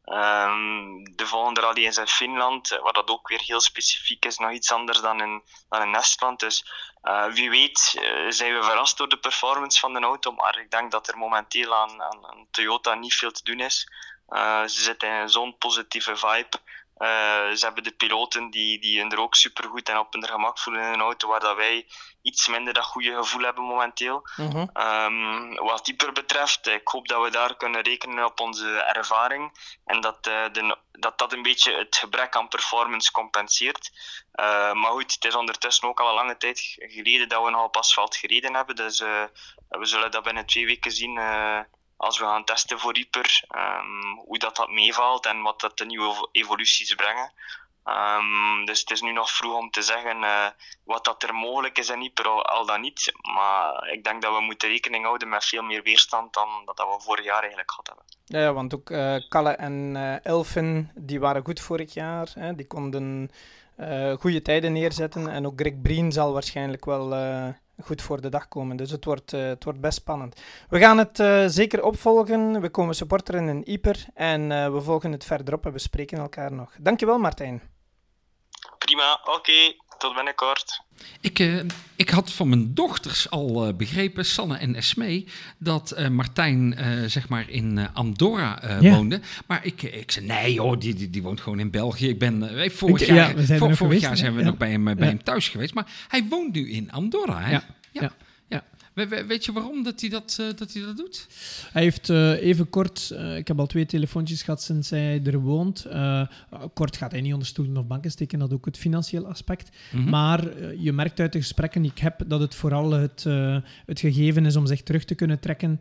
De volgende rally is in Finland, waar dat ook weer heel specifiek is, nog iets anders dan in Estland. Dus wie weet zijn we verrast door de performance van de auto, maar ik denk dat er momenteel aan Toyota niet veel te doen is. Ze zitten in zo'n positieve vibe. Ze hebben de piloten die hun er ook supergoed en op hun gemak voelen in een auto, waar dat wij iets minder dat goede gevoel hebben momenteel. Wat Ieper betreft, ik hoop dat we daar kunnen rekenen op onze ervaring en dat een beetje het gebrek aan performance compenseert. Maar goed, het is ondertussen ook al een lange tijd geleden dat we nog op asfalt gereden hebben, dus we zullen dat binnen 2 weken zien als we gaan testen voor Ieper, hoe dat meevalt en wat dat de nieuwe evoluties brengen. Dus het is nu nog vroeg om te zeggen wat dat er mogelijk is in Ieper, al dan niet. Maar ik denk dat we moeten rekening houden met veel meer weerstand dan dat we vorig jaar eigenlijk gehad hebben. Ja, want ook Kalle en Elfyn, die waren goed vorig jaar. Hè? Die konden goede tijden neerzetten. En ook Greg Breen zal waarschijnlijk wel goed voor de dag komen. Dus het wordt best spannend. We gaan het zeker opvolgen. We komen supporteren in Ieper. En we volgen het verderop en we spreken elkaar nog. Dankjewel, Martijn. Prima, oké. Tot binnenkort. Ik had van mijn dochters al begrepen, Sanne en Esmee, dat Martijn zeg maar in Andorra woonde. Maar ik zei, nee joh, die woont gewoon in België. Vorig jaar zijn we nog bij hem thuis geweest. Maar hij woont nu in Andorra. Hè? Ja. Weet je waarom dat hij dat doet? Hij heeft even kort, ik heb al 2 telefoontjes gehad sinds hij er woont. Kort gaat hij niet onder stoelen of banken steken, dat ook het financieel aspect. Mm-hmm. Maar je merkt uit de gesprekken die ik heb dat het vooral het gegeven is om zich terug te kunnen trekken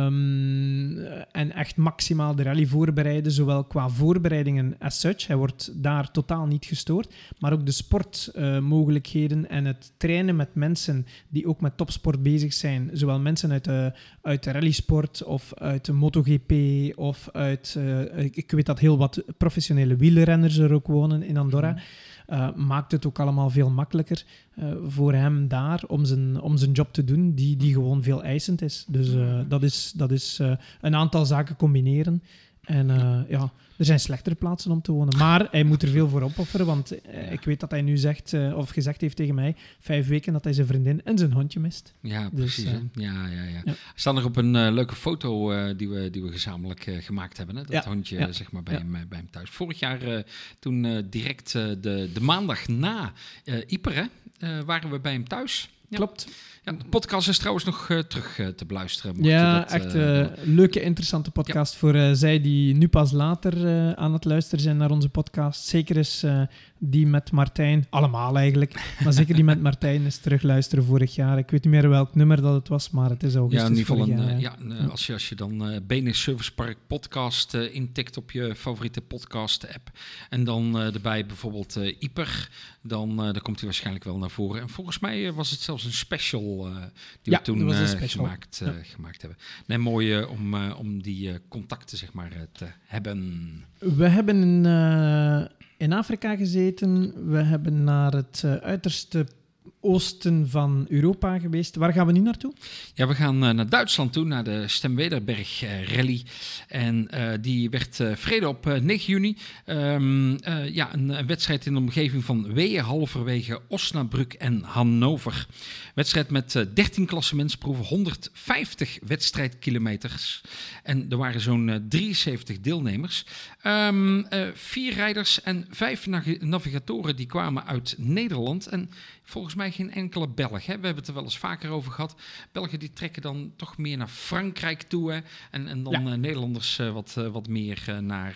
en echt maximaal de rally voorbereiden, zowel qua voorbereidingen as such. Hij wordt daar totaal niet gestoord, maar ook de sportmogelijkheden en het trainen met mensen die ook met topsport bezig zijn, zowel mensen uit de rallysport of uit de MotoGP of uit... ik weet dat heel wat professionele wielrenners er ook wonen in Andorra. Maakt het ook allemaal veel makkelijker voor hem daar om zijn job te doen, die gewoon veel eisend is. Dus dat is een aantal zaken combineren. En er zijn slechtere plaatsen om te wonen. Maar hij moet er veel voor opofferen, want ik weet dat hij nu zegt, of gezegd heeft tegen mij, 5 weken dat hij zijn vriendin en zijn hondje mist. Ja, precies. Dus, ja. We staan nog op een leuke foto die we gezamenlijk gemaakt hebben. Hè? Dat hondje zeg maar bij hem thuis. Vorig jaar, toen direct de maandag na Ieper, waren we bij hem thuis. Ja. Klopt. Ja, de podcast is trouwens nog terug te beluisteren. Echt leuke, interessante podcast voor zij die nu pas later aan het luisteren zijn naar onze podcast. Zeker is die met Martijn, allemaal eigenlijk, maar zeker die met Martijn is terugluisteren vorig jaar. Ik weet niet meer welk nummer dat het was, maar het is augustus in ieder geval vorig jaar. Als je dan BNE Service Park podcast intikt op je favoriete podcast app en dan erbij bijvoorbeeld Ieper, dan komt hij waarschijnlijk wel naar voren. En volgens mij was het zelfs een special die we toen gemaakt hebben. Nee, mooi om die contacten zeg maar te hebben. We hebben in Afrika gezeten. We hebben naar het uiterste oosten van Europa geweest. Waar gaan we nu naartoe? Ja, we gaan naar Duitsland toe, naar de Stemwederberg Rally. En die werd vrede op 9 juni. Een wedstrijd in de omgeving van Wehe, halverwege Osnabrück en Hannover. Wedstrijd met 13 klassementsproeven, 150 wedstrijdkilometers. En er waren zo'n 73 deelnemers. 4 rijders en 5 navigatoren die kwamen uit Nederland. En volgens mij geen enkele Belg. Hè? We hebben het er wel eens vaker over gehad. Belgen die trekken dan toch meer naar Frankrijk toe. Hè? En dan Nederlanders wat meer naar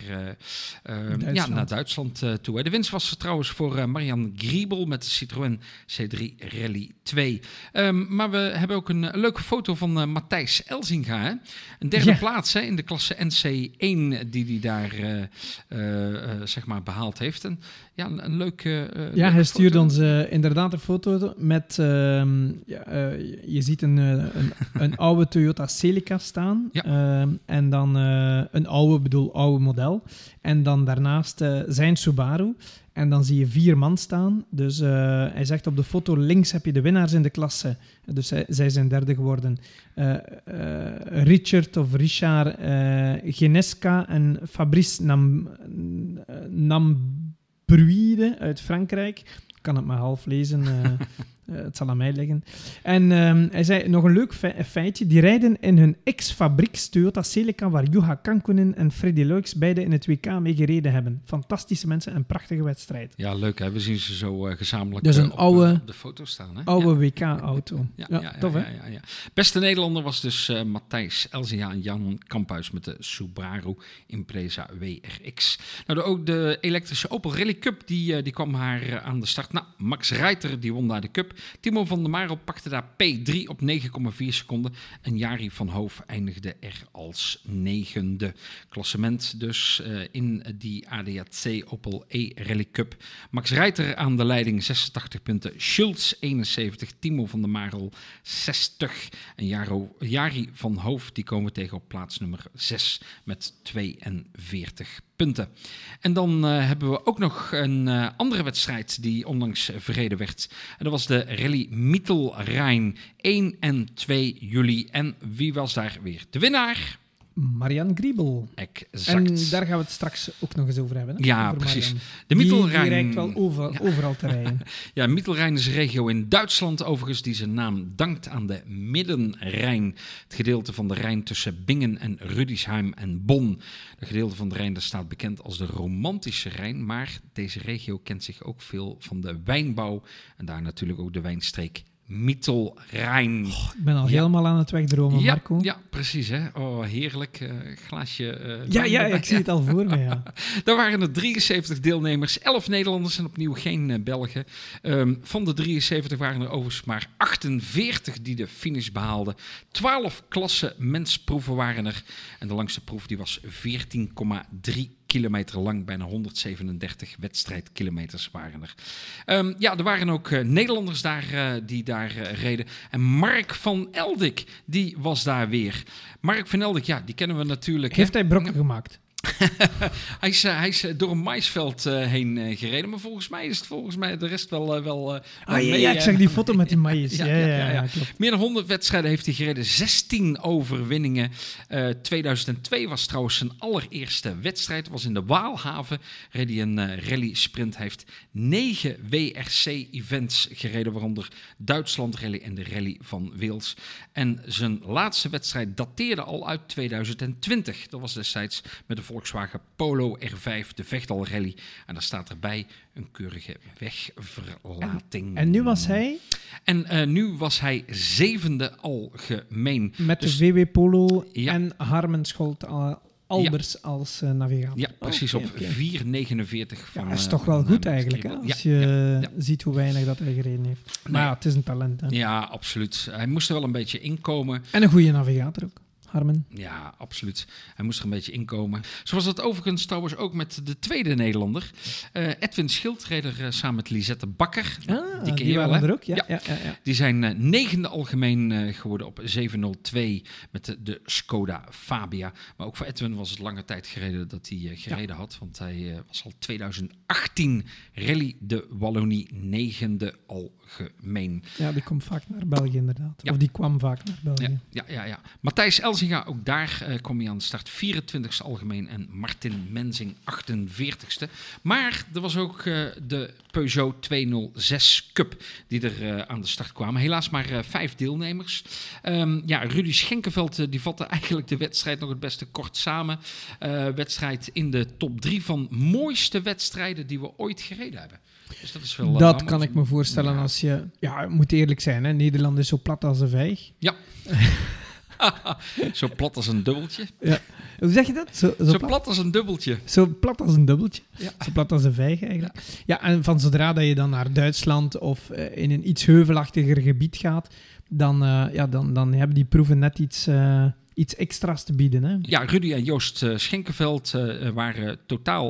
Duitsland toe. Hè? De winst was trouwens voor Marian Griebel met de Citroën C3 Rally 2. Maar we hebben ook een leuke foto van Matthijs Elzinga. Hè? Een derde plaats in de klasse NC1 die daar zeg maar behaald heeft. En ja, een leuke hij stuurde ons inderdaad een foto met... je ziet een oude Toyota Celica staan. Ja. En dan een oude model. En dan daarnaast zijn Subaru. En dan zie je 4 man staan. Dus hij zegt op de foto links heb je de winnaars in de klasse. Dus zij zijn derde geworden. Richard Genesca en Fabrice Nambruide uit Frankrijk. Ik kan het maar half lezen. Het zal aan mij liggen. En hij zei nog een leuk feitje. Die rijden in hun ex-fabrieks Toyota Celica, waar Juha Kankkunen en Freddy Loix beide in het WK mee gereden hebben. Fantastische mensen en prachtige wedstrijd. Ja, leuk hè. We zien ze zo gezamenlijk dus een op de foto staan. Hè? Oude WK-auto. Ja, tof hè? Ja. Beste Nederlander was dus Matthijs Elzinga en Jan Kamphuis met de Subaru Impreza WRX. Nou, ook de elektrische Opel Rally Cup die kwam haar aan de start. Nou, Max Reiter die won daar de cup. Timo van der Marel pakte daar P3 op 9,4 seconden. En Jari van Hoof eindigde er als 9e. Klassement dus in die ADAC Opel E-Rally Cup. Max Reiter aan de leiding 86 punten. Schultz 71. Timo van der Marel 60. En Jari van Hoof die komen tegen op plaats nummer 6 met 42 punten. En dan hebben we ook nog een andere wedstrijd die onlangs verreden werd. En dat was de Rally Mittelrhein 1 en 2 juli. En wie was daar weer de winnaar? Marian Griebel. Exact. En daar gaan we het straks ook nog eens over hebben. Hè? Ja, over precies. Marian. De Mittelrhein... Die rijdt wel overal te rijden. Ja, Mittelrhein is een regio in Duitsland, overigens, die zijn naam dankt aan de Middenrijn. Het gedeelte van de Rijn tussen Bingen en Rüdesheim en Bonn. Het gedeelte van de Rijn dat staat bekend als de Romantische Rijn, maar deze regio kent zich ook veel van de wijnbouw en daar natuurlijk ook de wijnstreek Mittelrhein. Ik ben al helemaal aan het wegdromen, Marco. Ja, precies. Hè? Oh, heerlijk. Glaasje. Ja, ik zie het al voor me. Ja. Daar waren er 73 deelnemers, 11 Nederlanders en opnieuw geen Belgen. Van de 73 waren er overigens maar 48 die de finish behaalden. 12 klassementsproeven waren er. En de langste proef die was 14,3 kilometer lang, bijna 137 wedstrijdkilometers waren er. Er waren ook Nederlanders daar die daar reden. En Mark van Eldik, die was daar weer. Mark van Eldik, die kennen we natuurlijk. Heeft hij brokken gemaakt? Hij is door een maisveld heen gereden, maar volgens mij is het de rest wel mee. Ik zag die foto met die maïs. Ja, klopt. Meer dan 100 wedstrijden heeft hij gereden, 16 overwinningen. 2002 was trouwens zijn allereerste wedstrijd, was in de Waalhaven, reed hij een rally sprint. Hij heeft 9 WRC-events gereden, waaronder Duitsland Rally en de Rally van Wales. En zijn laatste wedstrijd dateerde al uit 2020. Dat was destijds met de Volkswagen Polo R5, de Vechtal Rally. En daar staat erbij een keurige wegverlating. En nu was hij? En nu was hij 7e algemeen. Met de VW Polo en Harmen Scholt Albers als navigator. Ja, precies op 4,49 van... dat is toch wel goed eigenlijk, hè? Als je ziet hoe weinig dat hij gereden heeft. Maar het is een talent, hè? Ja, absoluut. Hij moest er wel een beetje inkomen. En een goede navigator ook. Harmen. Ja, absoluut. Hij moest er een beetje inkomen. Zoals dat overigens trouwens ook met de tweede Nederlander. Edwin Schild reed er samen met Lisette Bakker. Die ken je wel, hè? Er ook, ja. Die zijn 9e algemeen geworden op 702 met de Skoda Fabia. Maar ook voor Edwin was het lange tijd gereden dat hij gereden had. Want hij was al 2018 Rally de Wallonie 9e algemeen. Ja, die komt vaak naar België inderdaad. Ja. Of die kwam vaak naar België. Ja. Matthijs Elzinga, ook daar kom je aan de start. 24e algemeen en Martin Menzing 48e. Maar er was ook de Peugeot 206 Cup die er aan de start kwamen. Helaas maar 5 deelnemers. Rudy Schenkenveld die vatte eigenlijk de wedstrijd nog het beste kort samen. Wedstrijd in de top 3 van mooiste wedstrijden die we ooit gereden hebben. Dus dat is wel, dat kan ik me voorstellen als je... Ja, moet eerlijk zijn, hè? Nederland is zo plat als een vijg. Ja. Zo plat als een dubbeltje. Ja. Hoe zeg je dat? Zo plat als een dubbeltje. Zo plat als een dubbeltje. Ja. Zo plat als een vijg eigenlijk. Ja, en van zodra dat je dan naar Duitsland of in een iets heuvelachtiger gebied gaat, dan hebben die proeven net iets extra's te bieden. Hè? Ja, Rudy en Joost Schenkenveld waren totaal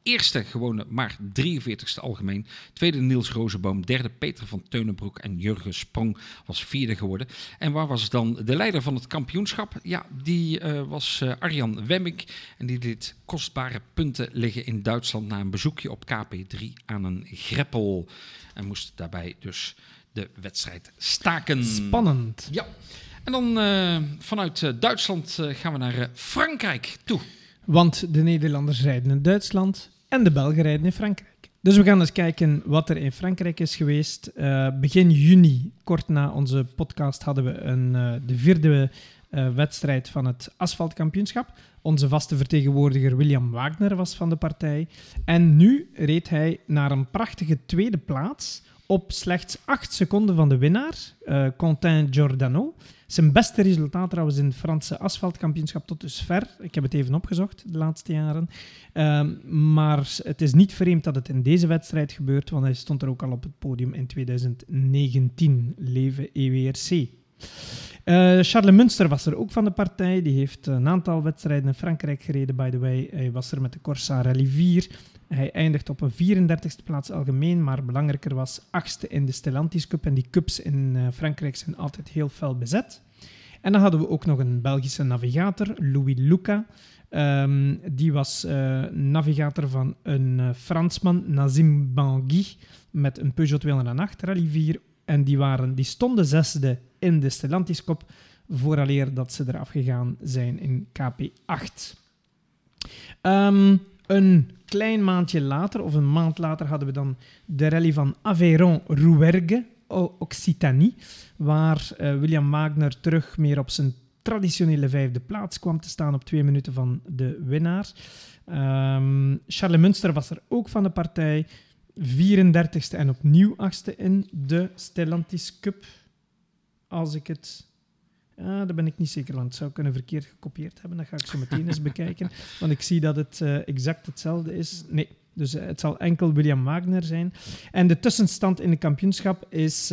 eerste gewonnen, maar 43ste algemeen. Tweede Niels Rozenboom, derde Peter van Teunenbroek en Jurgen Sprong was vierde geworden. En waar was dan de leider van het kampioenschap? Ja, die was Arjan Wemmink en die liet kostbare punten liggen in Duitsland na een bezoekje op KP3 aan een greppel. En moest daarbij dus de wedstrijd staken. Spannend. Ja. En dan vanuit Duitsland gaan we naar Frankrijk toe. Want de Nederlanders rijden in Duitsland en de Belgen rijden in Frankrijk. Dus we gaan eens kijken wat er in Frankrijk is geweest. Begin juni, kort na onze podcast, hadden we de vierde wedstrijd van het asfaltkampioenschap. Onze vaste vertegenwoordiger William Wagner was van de partij. En nu reed hij naar een prachtige tweede plaats op slechts 8 seconden van de winnaar, Quentin Giordano. Zijn beste resultaat trouwens in het Franse asfaltkampioenschap tot dusver. Ik heb het even opgezocht de laatste jaren. Maar het is niet vreemd dat het in deze wedstrijd gebeurt, want hij stond er ook al op het podium in 2019. Leven EWRC. Charles Münster was er ook van de partij. Die heeft een aantal wedstrijden in Frankrijk gereden, by the way. Hij was er met de Corsa Rally 4. Hij eindigt op een 34e plaats algemeen, maar belangrijker was 8e in de Stellantis Cup. En die cups in Frankrijk zijn altijd heel fel bezet. En dan hadden we ook nog een Belgische navigator, Louis Luca. Die was navigator van een Fransman, Nazim Bangui, met een Peugeot 208 Rally 4. En die stonden 6e in de Stellantis Cup, vooraleer dat ze eraf gegaan zijn in KP8. Een klein maandje later, of een maand later, hadden we dan de rally van Aveyron-Rouergue, Occitanie, waar William Wagner terug meer op zijn traditionele 5e plaats kwam te staan op 2 minuten van de winnaar. Charles Münster was er ook van de partij, 34e en opnieuw 8e in de Stellantis Cup. Als ik het... daar ben ik niet zeker van. Het zou kunnen verkeerd gekopieerd hebben. Dat ga ik zo meteen eens bekijken. Want ik zie dat het exact hetzelfde is. Nee, dus het zal enkel William Wagner zijn. En de tussenstand in de kampioenschap is...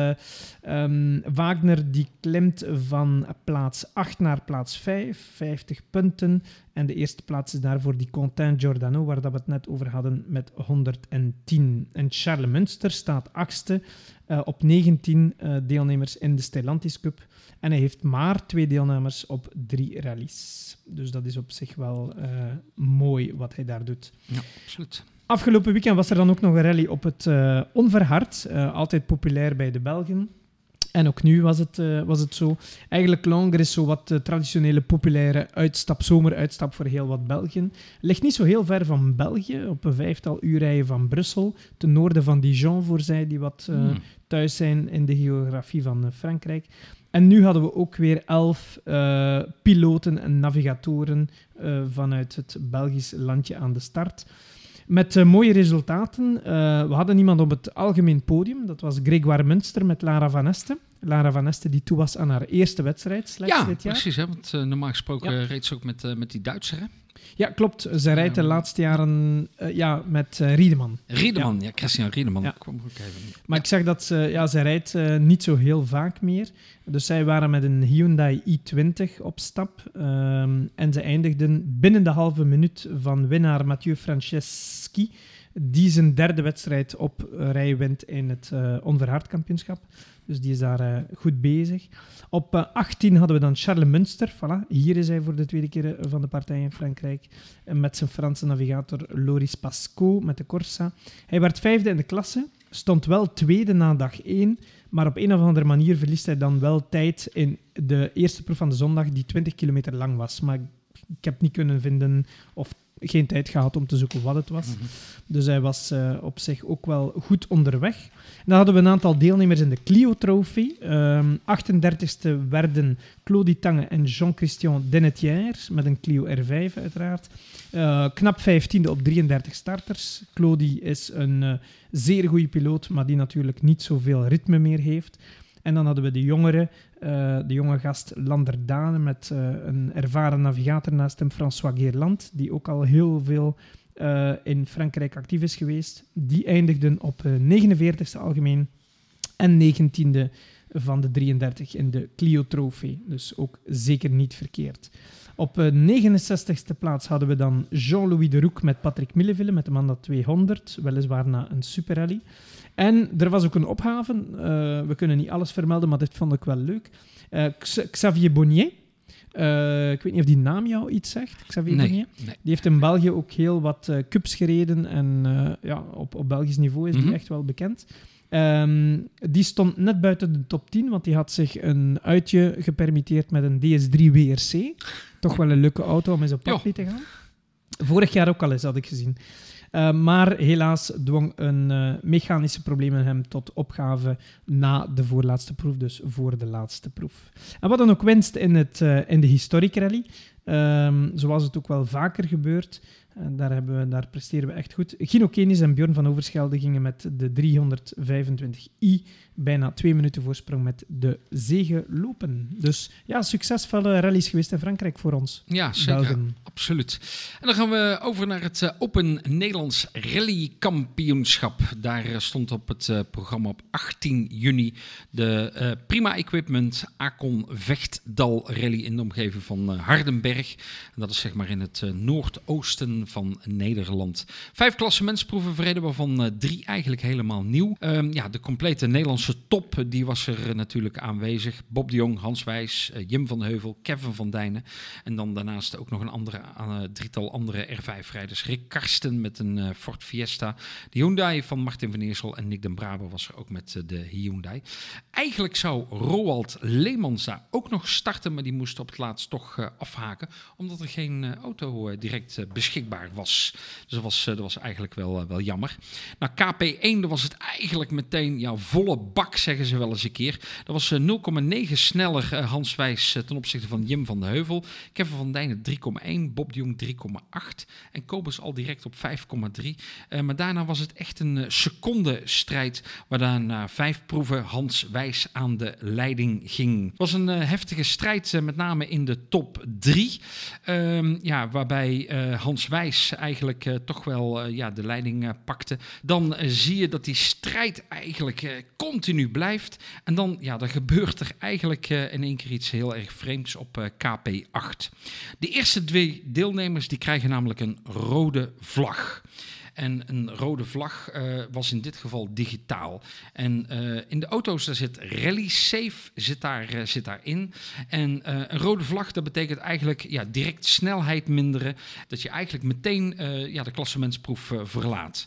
Wagner die klimt van plaats 8 naar plaats 5. 50 punten. En de eerste plaats is daarvoor die Quentin Giordano, waar dat we het net over hadden, met 110. En Charles Münster staat 8e op 19 deelnemers in de Stellantis Cup. En hij heeft maar 2 deelnemers op 3 rallies. Dus dat is op zich wel mooi wat hij daar doet. Ja, absoluut. Afgelopen weekend was er dan ook nog een rally op het Onverhard. Altijd populair bij de Belgen. En ook nu was het zo. Eigenlijk Langres is zo wat traditionele populaire zomeruitstap voor heel wat Belgen. Ligt niet zo heel ver van België, op een 5-tal uur rijden van Brussel, ten noorden van Dijon, voor zij die wat thuis zijn in de geografie van Frankrijk. En nu hadden we ook weer 11 piloten en navigatoren vanuit het Belgisch landje aan de start. Met mooie resultaten. We hadden iemand op het algemeen podium. Dat was Grégoire Münster met Lara Van Este. Lara Van Este die toe was aan haar eerste wedstrijd slechts dit jaar. Precies. Hè? Want normaal gesproken reed ze ook met die Duitser, hè? Ja, klopt. Ze rijdt de laatste jaren met Riedeman. Riedeman, ja, Christian Riedeman. Ja. Kwam ook even. Maar ik zeg dat ze rijdt niet zo heel vaak meer. Dus zij waren met een Hyundai i20 op stap. En ze eindigden binnen de halve minuut van winnaar Mathieu Franceschi, die zijn derde wedstrijd op rij wint in het Onverhard kampioenschap. Dus die is daar goed bezig. Op 18 hadden we dan Charles Münster. Voilà, hier is hij voor de tweede keer van de partij in Frankrijk. En met zijn Franse navigator Loris Pascot met de Corsa. Hij werd 5e in de klasse. Stond wel tweede na dag 1. Maar op een of andere manier verliest hij dan wel tijd in de eerste proef van de zondag, die 20 kilometer lang was. Maar ik heb niet kunnen vinden of geen tijd gehad om te zoeken wat het was. Mm-hmm. Dus hij was op zich ook wel goed onderweg. En dan hadden we een aantal deelnemers in de Clio Trophy. 38e werden Claudie Tange en Jean-Christian Denetière, met een Clio R5 uiteraard. Knap 15e op 33 starters. Claudie is een zeer goede piloot, maar die natuurlijk niet zoveel ritme meer heeft. En dan hadden we de jonge gast Lander Dane met een ervaren navigator naast hem, François Guerland, die ook al heel veel in Frankrijk actief is geweest. Die eindigden op 49e algemeen en 19e van de 33 in de Clio Trophy. Dus ook zeker niet verkeerd. Op 69e plaats hadden we dan Jean-Louis de Roek met Patrick Milleville met de Manda 200, weliswaar na een superrally. En er was ook een opgave, we kunnen niet alles vermelden, maar dit vond ik wel leuk. Xavier Bonnier. Ik weet niet of die naam jou iets zegt, Xavier Bonnier. Nee. Die heeft in België ook heel wat cups gereden en op Belgisch niveau is die echt wel bekend. Die stond net buiten de top 10, want die had zich een uitje gepermitteerd met een DS3 WRC. Toch wel een leuke auto om eens op pad mee te gaan. Vorig jaar ook al eens, had ik gezien. Maar helaas dwong een mechanische probleem hem tot opgave na de voorlaatste proef, dus voor de laatste proef. En wat dan ook winst in de Historic Rally, zoals het ook wel vaker gebeurt, daar presteren we echt goed. Gino Kenis en Björn van Overschelde gingen met de 325i bijna 2 minuten voorsprong met de zege lopen. Dus ja, succesvolle rallies geweest in Frankrijk voor ons. Ja, zeker. Belgen. Absoluut. En dan gaan we over naar het Open Nederlands Rally Kampioenschap. Daar stond op het programma op 18 juni de Prima Equipment Acon Vechtdal Rally in de omgeving van Hardenberg. En dat is zeg maar in het noordoosten van Nederland. 5 klassementsproeven verreden, waarvan 3 eigenlijk helemaal nieuw. De complete Nederlandse top, die was er natuurlijk aanwezig. Bob de Jong, Hans Wijs, Jim van de Heuvel, Kevin van Dijnen. En dan daarnaast ook nog een drietal andere R5-rijders. Rick Karsten met een Ford Fiesta. De Hyundai van Martin van Eersel en Nick den Braber was er ook met de Hyundai. Eigenlijk zou Roald Leemans daar ook nog starten, maar die moest op het laatst toch afhaken, omdat er geen auto direct beschikbaar was. Dus dat was eigenlijk wel jammer. Nou, KP1, dat was het eigenlijk meteen volle bak, zeggen ze wel eens een keer. Dat was 0,9 sneller Hans Wijs ten opzichte van Jim van de Heuvel. Kevin van Dijnen 3,1, Bob de Jong 3,8 en Kobus al direct op 5,3. Maar daarna was het echt een secondenstrijd, waar na 5 proeven Hans Wijs aan de leiding ging. Het was een heftige strijd, met name in de top 3. Waarbij Hans Wijs eigenlijk toch wel de leiding pakte. Dan zie je dat die strijd eigenlijk continu blijft. En dan gebeurt er eigenlijk in één keer iets heel erg vreemds op KP8. De eerste 2 deelnemers die krijgen namelijk een rode vlag. En een rode vlag was in dit geval digitaal. En in de auto's daar zit Rally Safe zit daarin. En een rode vlag, dat betekent eigenlijk direct snelheid minderen. Dat je eigenlijk meteen de klassementsproef verlaat.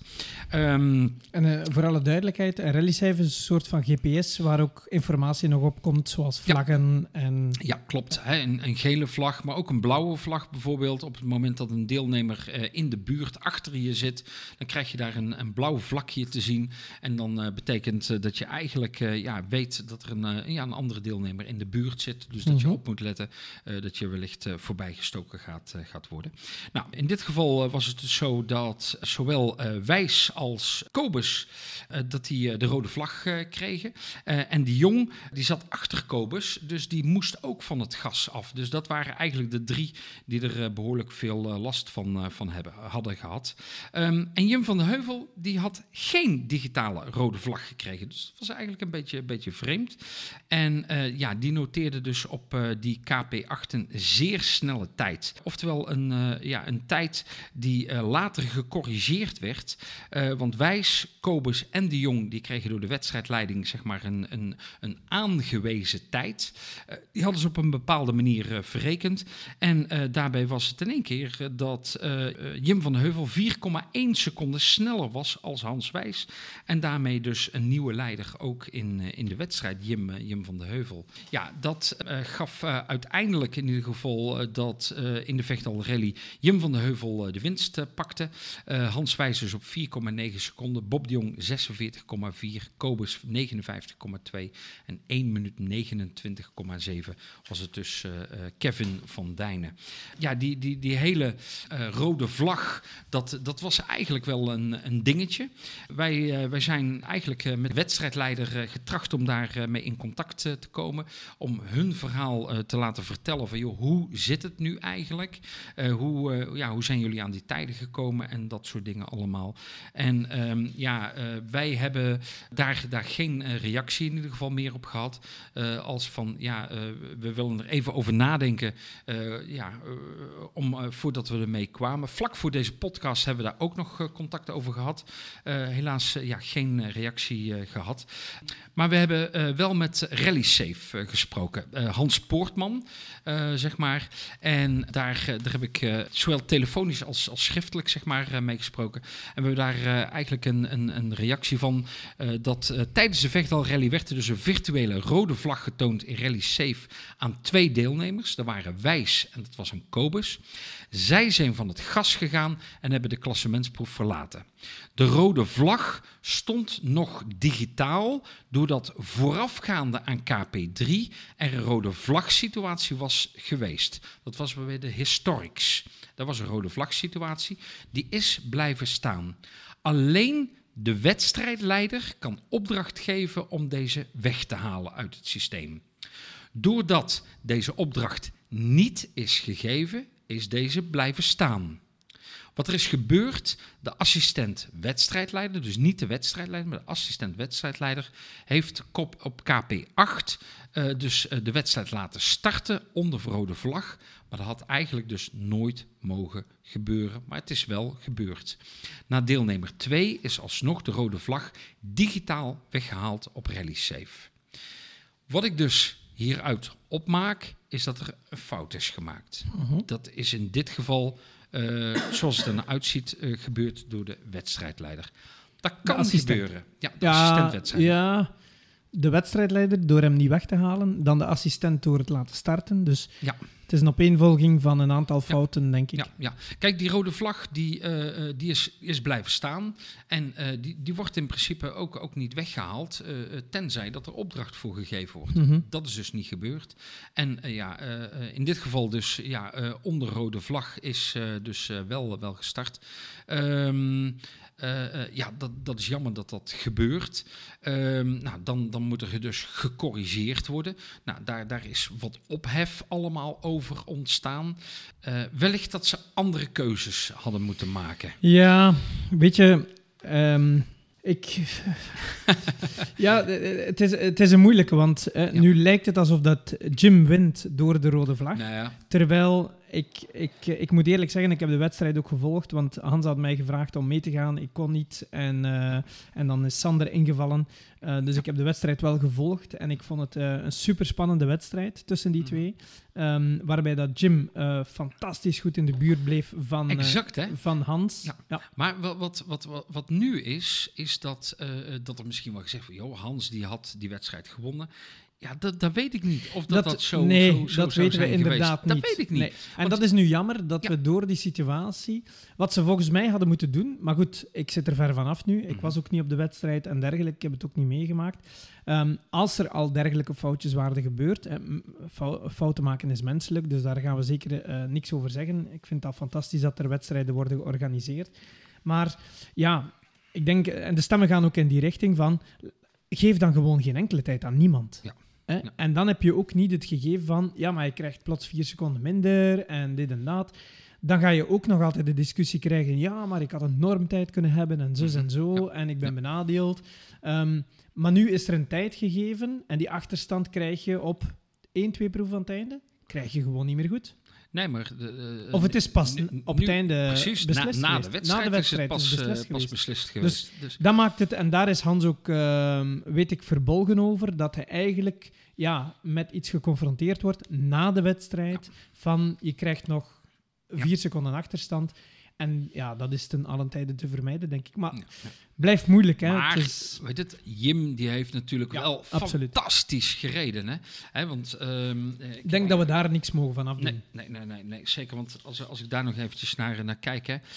En voor alle duidelijkheid, Rally Safe is een soort van GPS waar ook informatie nog op komt, zoals vlaggen. Ja, klopt. Hè? Een gele vlag, maar ook een blauwe vlag bijvoorbeeld. Op het moment dat een deelnemer in de buurt achter je zit, dan krijg je daar een blauw vlakje te zien. En dan betekent dat je eigenlijk weet dat er een andere deelnemer in de buurt zit. Dus dat je op moet letten dat je wellicht voorbijgestoken gaat worden. Nou, in dit geval was het dus zo dat zowel Wijs als Kobus dat die de rode vlag kregen. En die Jong, die zat achter Kobus, dus die moest ook van het gas af. Dus dat waren eigenlijk de 3 die er behoorlijk veel last van hadden gehad. En Jim van de Heuvel, die had geen digitale rode vlag gekregen. Dus dat was eigenlijk een beetje vreemd. En die noteerde dus op die KP8 een zeer snelle tijd. Oftewel een tijd die later gecorrigeerd werd. Want Wijs, Kobus en de Jong, die kregen door de wedstrijdleiding zeg maar een aangewezen tijd. Die hadden ze op een bepaalde manier verrekend. En daarbij was het in één keer dat Jim van de Heuvel 4,1 seconden sneller was als Hans Wijs. En daarmee dus een nieuwe leider ook in de wedstrijd, Jim van de Heuvel. Ja, dat gaf uiteindelijk in ieder geval dat in de Vechtdal Rally Jim van de Heuvel de winst pakte. Hans Wijs dus op 4,9 seconden. Bob de Jong 46,4. Kobus 59,2. En 1 minuut 29,7 was het dus Kevin van Dijnen. Ja, die hele rode vlag, dat was eigenlijk eigenlijk wel een dingetje. Wij zijn eigenlijk met de wedstrijdleider getracht om daar mee in contact te komen. Om hun verhaal te laten vertellen van, joh, hoe zit het nu eigenlijk? Hoe zijn jullie aan die tijden gekomen en dat soort dingen allemaal. En wij hebben daar geen reactie in ieder geval meer op gehad. Als van, we willen er even over nadenken voordat we ermee kwamen. Vlak voor deze podcast hebben we daar ook nog contact over gehad. Helaas geen reactie gehad. Maar we hebben wel met RallySafe gesproken. Hans Poortman, zeg maar. En daar heb ik zowel telefonisch als schriftelijk, zeg maar, mee gesproken. En we hebben daar eigenlijk een reactie van dat tijdens de Vechtdal Rally werd er dus een virtuele rode vlag getoond in RallySafe aan 2 deelnemers. Dat waren Wijs en dat was een Kobus. Zij zijn van het gas gegaan en hebben de klassementsproef verlaten. De rode vlag stond nog digitaal doordat voorafgaande aan KP3 er een rode vlag situatie was geweest. Dat was bij de Historics. Dat was een rode vlag situatie. Die is blijven staan. Alleen de wedstrijdleider kan opdracht geven om deze weg te halen uit het systeem. Doordat deze opdracht niet is gegeven, is deze blijven staan. Wat er is gebeurd, de assistent wedstrijdleider, dus niet de wedstrijdleider, maar de assistent wedstrijdleider, heeft op KP8 de wedstrijd laten starten onder rode vlag. Maar dat had eigenlijk dus nooit mogen gebeuren, maar het is wel gebeurd. Na deelnemer 2 is alsnog de rode vlag digitaal weggehaald op RallySafe. Wat ik dus hieruit opmaak, is dat er een fout is gemaakt. Dat is in dit geval, zoals het er nou uitziet, gebeurd door de wedstrijdleider. Dat kan gebeuren. Ja, de assistent-wedstrijdleider. Ja, de wedstrijdleider door hem niet weg te halen, dan de assistent door het laten starten. Dus het is een opeenvolging van een aantal fouten, denk ik. Ja. Kijk, die rode vlag die is blijven staan. En die wordt in principe ook niet weggehaald, tenzij dat er opdracht voor gegeven wordt. Dat is dus niet gebeurd. En in dit geval dus, onder rode vlag is wel gestart. Dat is jammer dat dat gebeurt. Dan moet er dus gecorrigeerd worden. Nou, daar is wat ophef allemaal over ontstaan. Wellicht dat ze andere keuzes hadden moeten maken. Ja, weet je... het is een moeilijke, want nu lijkt het alsof dat Jim wint door de rode vlag. Nou ja. Terwijl, ik moet eerlijk zeggen, ik heb de wedstrijd ook gevolgd, want Hans had mij gevraagd om mee te gaan. Ik kon niet en dan is Sander ingevallen. Dus ik heb de wedstrijd wel gevolgd en ik vond het een superspannende wedstrijd tussen die twee. Waarbij dat Jim fantastisch goed in de buurt bleef van Hans. Ja. Ja. Maar wat nu is dat er misschien wel gezegd wordt, joh, Hans die had die wedstrijd gewonnen. Ja, dat weet ik niet. Of dat zo dat weten we inderdaad niet. Dat weet ik niet. Nee. En dat is nu jammer dat we door die situatie, wat ze volgens mij hadden moeten doen, maar goed, ik zit er ver vanaf nu. Ik was ook niet op de wedstrijd en dergelijke. Ik heb het ook niet meegemaakt. Als er al dergelijke foutjes waren gebeurd, fouten maken is menselijk, dus daar gaan we zeker niks over zeggen. Ik vind het al fantastisch dat er wedstrijden worden georganiseerd. Maar ja, ik denk, en de stemmen gaan ook in die richting van, geef dan gewoon geen enkele tijd aan niemand. Ja. Ja. En dan heb je ook niet het gegeven van, ja, maar je krijgt plots 4 seconden minder en dit en dat. Dan ga je ook nog altijd de discussie krijgen, ja, maar ik had een normtijd kunnen hebben en zus en zo, en ik ben benadeeld. Maar nu is er een tijd gegeven en die achterstand krijg je op 1-2 proeven aan het einde, krijg je gewoon niet meer goed. Nee, maar... of het is pas op het einde beslist na de wedstrijd is het pas beslist geweest. Dus dat maakt het... En daar is Hans ook, weet ik, verbolgen over, dat hij eigenlijk met iets geconfronteerd wordt na de wedstrijd van je krijgt nog 4 seconden achterstand. En ja, dat is ten allen tijde te vermijden, denk ik. Maar Blijft moeilijk, hè? Maar, Het is... weet het, Jim die heeft natuurlijk Ja, wel absoluut. fantastisch gereden. Hè? Want, Ik denk dat we daar niks mogen van afdoen. Nee, zeker. Want als ik daar nog eventjes naar kijk... Hè,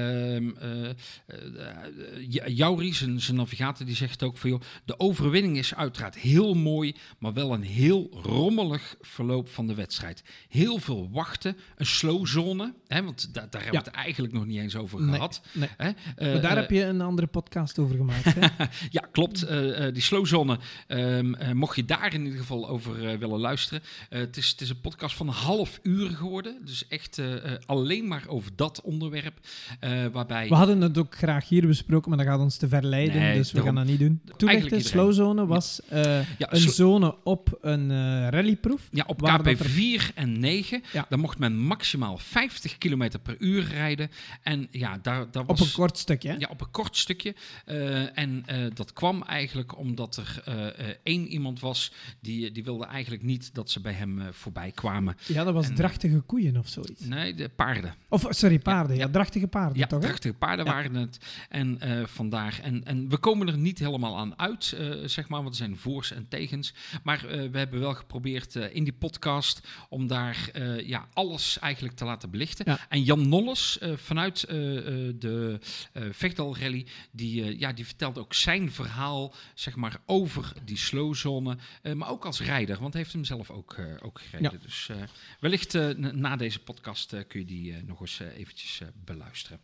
Jouri, zijn navigator, die zegt ook van... Joh, de overwinning is uiteraard heel mooi... maar wel een heel rommelig verloop van de wedstrijd. Heel veel wachten, een slow zone... Hè, want daar hebben we het eigenlijk nog niet eens over gehad. Nee. Hè? Maar daar heb je een andere podcast over gemaakt, hè? Ja, klopt. Die slowzone, mocht je daar in ieder geval over willen luisteren. Het is een podcast van een half uur geworden. Dus echt alleen maar over dat onderwerp. Waarbij... We hadden het ook graag hier besproken, maar dat gaat ons te ver leiden. Nee, dus we daarom. gaan dat niet doen. Toelichten, slowzone was een zone op een rallyproef. Ja, op waar KP dat er- 4 en 9. Ja. Dan mocht men maximaal 50 km per uur rijden. En ja, daar was... Op een kort stukje, hè? Ja, op een kort stukje. En dat kwam eigenlijk omdat er één iemand was... die wilde eigenlijk niet dat ze bij hem voorbij kwamen. Ja, dat was drachtige koeien of zoiets. Nee, de paarden. Of, sorry, paarden. Ja, ja. drachtige paarden, Ja, toch? Hè? drachtige paarden waren het. En vandaar. En we komen er niet helemaal aan uit, zeg maar. Want er zijn voors en tegens. Maar we hebben wel geprobeerd in die podcast... om daar alles eigenlijk te laten belichten. Ja. En Jan Nolles vanuit de Vechtdal Rally... die vertelde ook zijn verhaal, zeg maar, over die slowzone. Maar ook als rijder, want hij heeft hem zelf ook gereden. Ja. Dus wellicht na deze podcast kun je die nog eens eventjes beluisteren.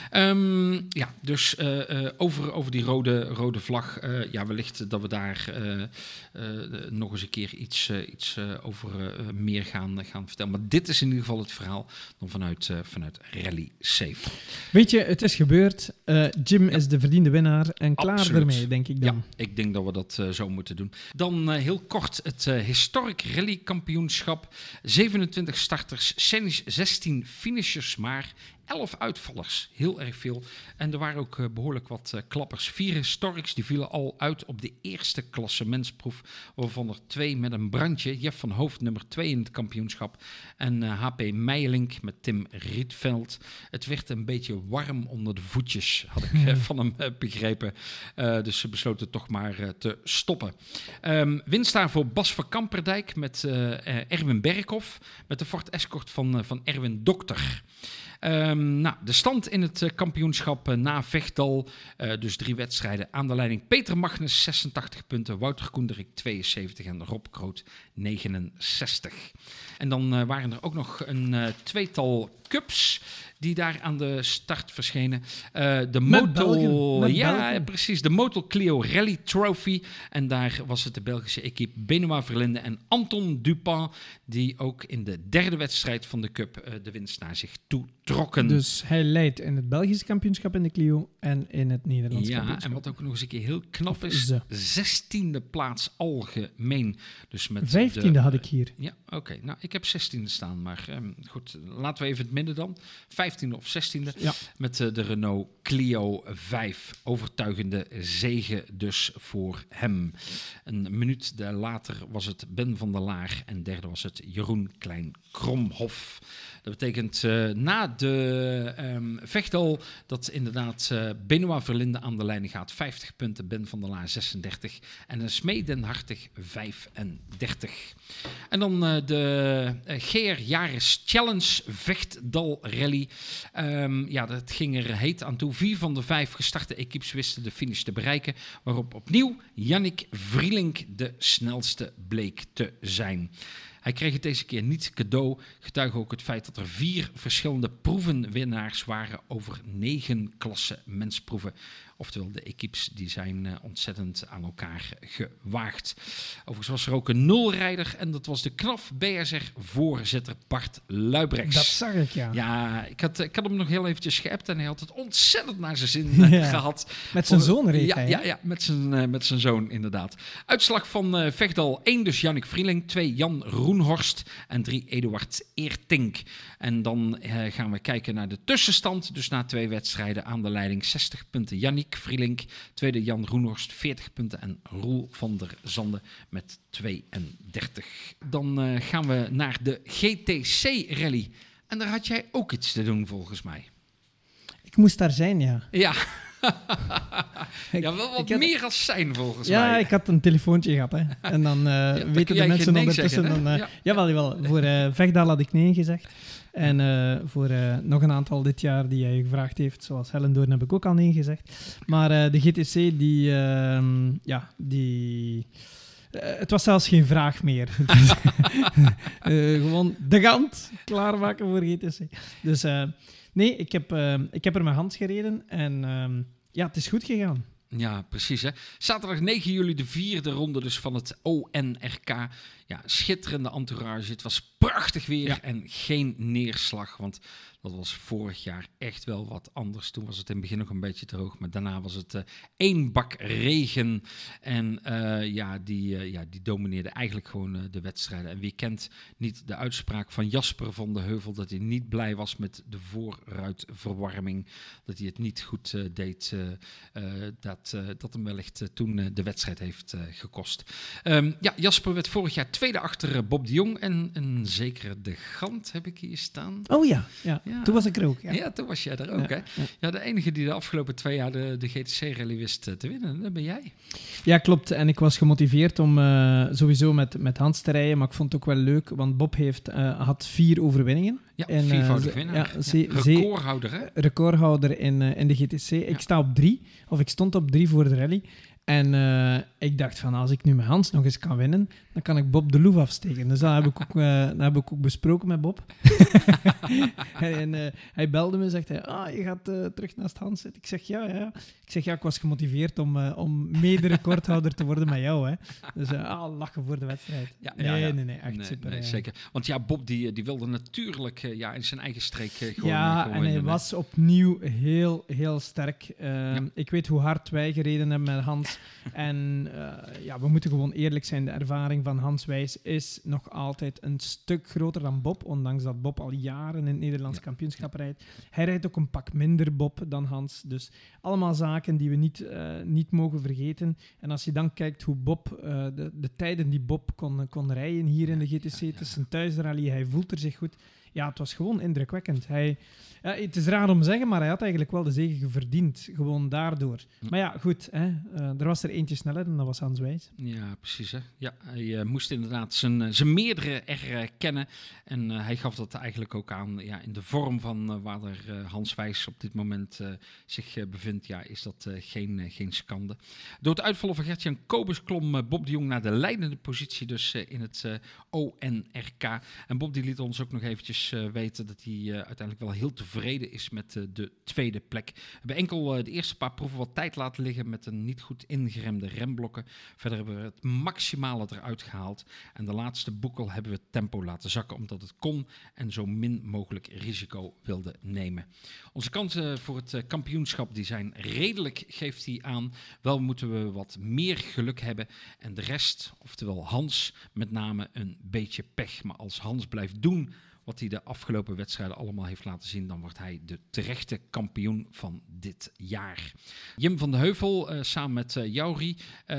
Dus over die rode vlag. Wellicht dat we daar nog eens een keer iets over meer gaan vertellen. Maar dit is in ieder geval het verhaal dan vanuit Rally Safe. Weet je, het is gebeurd. Jim is de verdiende winnaar en klaar Absoluut. ermee, denk ik dan. Ja, ik denk dat we dat zo moeten doen. Dan heel kort het Historic Rally Kampioenschap. 27 starters, 16 finishers maar. 11 uitvallers, heel erg veel. En er waren ook behoorlijk wat klappers. 4 historics, die vielen al uit op de eerste klassementsproef, waarvan er 2 met een brandje. Jeff van Hoofd, nummer 2 in het kampioenschap. En HP Meijelink met Tim Rietveld. Het werd een beetje warm onder de voetjes, had ik van hem begrepen. Dus ze besloten toch maar te stoppen. Winst daar voor Bas van Kamperdijk met Erwin Berghoff. Met de Ford Escort van Erwin Dokter. De stand in het kampioenschap na Vechtdal, dus 3 wedstrijden aan de leiding. Peter Magnus 86 punten, Wouter Koenderik 72 en Rob Kroot 69. En dan waren er ook nog een tweetal cups die daar aan de start verschenen. De Belgen. Precies, de Motul Clio Rally Trophy. En daar was het de Belgische equipe Benoît Verlinde en Anton Dupin, die ook in de derde wedstrijd van de cup de winst naar zich toe trokken. Dus hij leidt in het Belgische kampioenschap in de Clio en in het Nederlands kampioenschap. En wat ook nog eens een keer heel knap Of is, ze. 16e plaats algemeen. Dus met 15e had ik hier. Ja, oké. Nou, ik heb 16e staan, maar goed, laten we even het midden dan. 15e of 16e Ja. met de Renault Clio 5. Overtuigende zege dus voor hem. Een minuut later was het Ben van der Laar en derde was het Jeroen Klein-Kromhof. Dat betekent na de Vechtdal dat inderdaad Benoît Verlinde aan de leiding gaat. 50 punten, Ben van der Laar 36 en een Smee Den Hartig 35. En dan de GR Jaris Challenge Vechtdal Rally. Dat ging er heet aan toe. 4 van de 5 gestarte equipes wisten de finish te bereiken, waarop opnieuw Yannick Vrielink de snelste bleek te zijn. Hij kreeg het deze keer niet cadeau, getuige ook het feit dat er 4 verschillende proevenwinnaars waren over 9 klassementsproeven. Oftewel, de equipes die zijn ontzettend aan elkaar gewaagd. Overigens was er ook een nulrijder en dat was de KNAF BSR-voorzitter Bart Luibrechts. Dat zag ik, ja. Ja, ik had hem nog heel eventjes geappt en hij had het ontzettend naar zijn zin gehad. Met zijn zoon reed hij, hè? Ja, met zijn zoon inderdaad. Uitslag van Vechtdal 1 dus Yannick Vrielink, 2 Jan Roenhorst en 3 Eduard Eertink. En dan gaan we kijken naar de tussenstand. Dus na 2 wedstrijden aan de leiding 60 punten Yannick Vrielink, tweede Jan Roenhorst 40 punten en Roel van der Zande met 32. Dan gaan we naar de GTC Rally. En daar had jij ook iets te doen volgens mij. Ik moest daar zijn, ja. Ja, Ja, wel wat meer als zijn volgens mij. Ja, ik had een telefoontje gehad. Hè. En dan weten de mensen ondertussen... Jawel. Voor Vegdal had ik nee gezegd. En voor nog een aantal dit jaar die hij gevraagd heeft, zoals Hellendoorn, heb ik ook al nee gezegd. Maar de GTC, die... het was zelfs geen vraag meer. Gewoon de gant klaarmaken voor GTC. Dus nee, ik heb er met Hans gereden en het is goed gegaan. Ja, precies. Hè? Zaterdag 9 juli de 4e ronde dus van het ONRK. Ja, schitterende entourage. Het was prachtig weer en geen neerslag. Want dat was vorig jaar echt wel wat anders. Toen was het in het begin nog een beetje droog. Maar daarna was het één bak regen. En die domineerde eigenlijk gewoon de wedstrijden. En wie kent niet de uitspraak van Jasper van de Heuvel... dat hij niet blij was met de voorruitverwarming. Dat hij het niet goed deed. Dat hem wellicht toen de wedstrijd heeft gekost. Jasper werd vorig jaar tweede achter Bob de Jong. En een zekere De Gant heb ik hier staan. Oh ja. Toen was ik er ook. Ja, toen was jij er ook. Hè? Ja, de enige die de afgelopen 2 jaar de GTC-rally wist te winnen, dat ben jij. Ja, klopt. En ik was gemotiveerd om sowieso met Hans te rijden. Maar ik vond het ook wel leuk, want Bob had 4 overwinningen. Ja, 4-voudig winnaar. Recordhouder, hè? Recordhouder in de GTC. Ik sta op 3, of ik stond op 3 voor de rally. En ik dacht van, als ik nu met Hans nog eens kan winnen, dan kan ik Bob de Loef afsteken. Dus dat heb ik ook besproken met Bob. En hij belde me en zegt, je gaat terug naast Hans zitten. Ik zeg, ja. Ik was gemotiveerd om mede-recordhouder te worden met jou. Hè. Dus lachen voor de wedstrijd. Nee, echt super. Nee, zeker. Want ja, Bob die wilde natuurlijk in zijn eigen streek gewoon... en hij was opnieuw heel, heel sterk. Ik weet hoe hard wij gereden hebben met Hans. En we moeten gewoon eerlijk zijn. De ervaring van Hans Wijs is nog altijd een stuk groter dan Bob. Ondanks dat Bob al jaren in het Nederlands kampioenschap rijdt. Hij rijdt ook een pak minder Bob dan Hans. Dus allemaal zaken die we niet mogen vergeten. En als je dan kijkt hoe Bob, de tijden die Bob kon rijden hier in de GTC, het is een thuisrally, hij voelt er zich goed. Ja, het was gewoon indrukwekkend. Het is raar om te zeggen, maar hij had eigenlijk wel de zege verdiend. Gewoon daardoor. Maar ja, goed. Er was er eentje sneller en dat was Hans Wijs. Ja, precies. Hè? Ja, hij moest inderdaad zijn meerdere erkennen. En hij gaf dat eigenlijk ook aan in de vorm van waar Hans Wijs op dit moment zich bevindt. Ja, is dat geen schande. Door het uitvallen van Gert-Jan Kobus klom Bob de Jong naar de leidende positie dus in het ONRK. En Bob die liet ons ook nog eventjes weten dat hij uiteindelijk wel heel tevreden is met de tweede plek. We hebben enkel de eerste paar proeven wat tijd laten liggen met een niet goed ingeremde remblokken. Verder hebben we het maximale eruit gehaald. En de laatste boekel hebben we het tempo laten zakken omdat het kon en zo min mogelijk risico wilde nemen. Onze kansen voor het kampioenschap die zijn redelijk, geeft hij aan. Wel moeten we wat meer geluk hebben en de rest, oftewel Hans, met name een beetje pech. Maar als Hans blijft doen wat hij de afgelopen wedstrijden allemaal heeft laten zien, dan wordt hij de terechte kampioen van dit jaar. Jim van de Heuvel, samen met Jouri,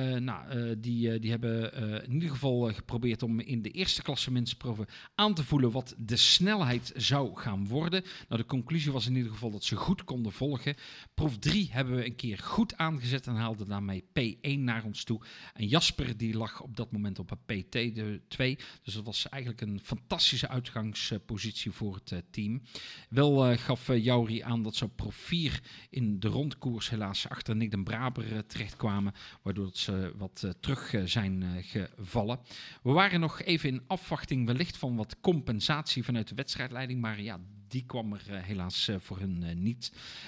die hebben in ieder geval geprobeerd om in de eerste klassementsproeven aan te voelen wat de snelheid zou gaan worden. Nou, de conclusie was in ieder geval dat ze goed konden volgen. Proef 3 hebben we een keer goed aangezet en haalden daarmee P1 naar ons toe. En Jasper die lag op dat moment op een PT2, dus dat was eigenlijk een fantastische uitgangspositie voor het team. Wel gaf Jouri aan dat ze op proef 4 in de rondkoers helaas achter Nick den Braber terechtkwamen, waardoor ze wat terug zijn gevallen. We waren nog even in afwachting wellicht van wat compensatie vanuit de wedstrijdleiding, maar ja, die kwam er helaas voor hun niet.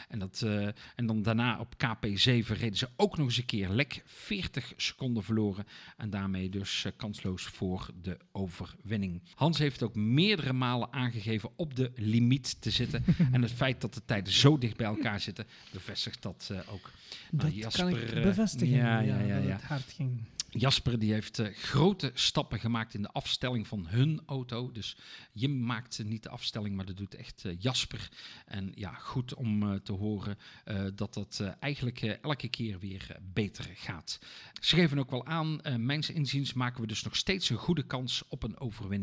En dan daarna op KP7 reden ze ook nog eens een keer lek. 40 seconden verloren en daarmee dus kansloos voor de overwinning. Hans heeft ook meerdere malen aangegeven op de limiet te zitten. En het feit dat de tijden zo dicht bij elkaar zitten, bevestigt dat ook. Dat Jasper, kan ik bevestigen, dat het hard ging. Jasper die heeft grote stappen gemaakt in de afstelling van hun auto. Dus Jim maakt niet de afstelling, maar dat doet echt Jasper. En ja, goed om te horen dat eigenlijk elke keer weer beter gaat. Ze geven ook wel aan, mijns inziens maken we dus nog steeds een goede kans op een overwinning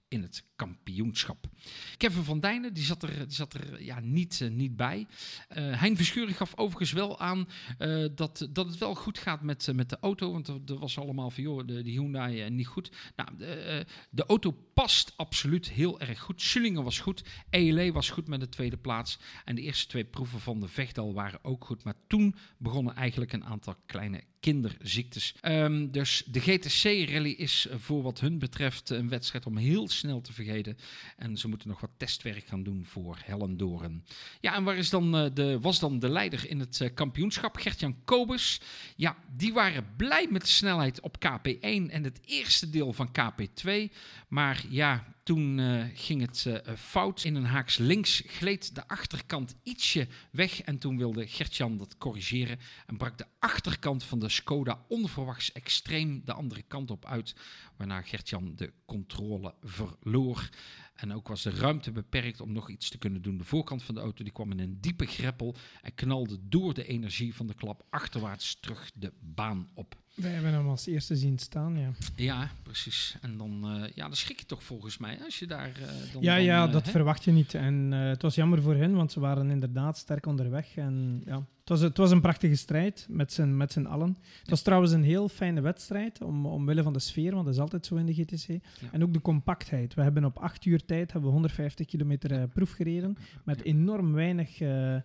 in het kampioenschap. Kevin van Dijnen die zat er niet bij. Hein Verschuren gaf overigens wel aan dat het wel goed gaat met de auto. Want er was allemaal van, joh, de Hyundai niet goed. Nou, de auto past absoluut heel erg goed. Sullinger was goed. ELE was goed met de tweede plaats. En de eerste 2 proeven van de Vegdal waren ook goed. Maar toen begonnen eigenlijk een aantal kleine kinderziektes. Dus de GTC-rally is voor wat hun betreft een wedstrijd om heel snel te vergeten. En ze moeten nog wat testwerk gaan doen voor Hellendoorn. Ja, en waar was dan de leider in het kampioenschap? Gert-Jan Kobus. Ja, die waren blij met de snelheid op KP1 en het eerste deel van KP2. Maar ja, toen ging het fout. In een haaks links gleed de achterkant ietsje weg. En toen wilde Gert-Jan dat corrigeren. En brak de achterkant van de Skoda onverwachts extreem de andere kant op uit. Waarna Gert-Jan de controle verloor. En ook was de ruimte beperkt om nog iets te kunnen doen. De voorkant van de auto die kwam in een diepe greppel. En knalde door de energie van de klap achterwaarts terug de baan op. Wij hebben hem als eerste zien staan, ja. Ja, precies. En dan schrik je toch volgens mij als je daar... dat verwacht je niet. En het was jammer voor hen, want ze waren inderdaad sterk onderweg. En ja, het was een prachtige strijd met z'n allen. Het was trouwens een heel fijne wedstrijd, omwille van de sfeer, want dat is altijd zo in de GTC. Ja. En ook de compactheid. We hebben op 8 uur tijd 150 kilometer proef gereden, met enorm weinig...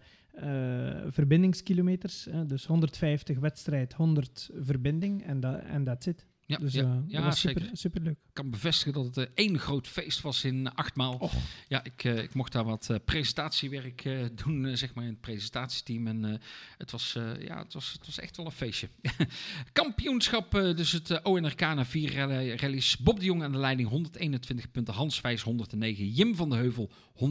verbindingskilometers, dus 150 wedstrijd, 100 verbinding en that's it. Ja, dus dat was zeker. Superleuk. Ik kan bevestigen dat het één groot feest was in 8 maal. Och. Ja, ik mocht daar wat presentatiewerk doen, zeg maar, in het presentatieteam. En het was echt wel een feestje. Kampioenschap, dus het ONRK na 4 rallies. Bob de Jong aan de leiding, 121 punten. Hans Wijs, 109. Jim van de Heuvel,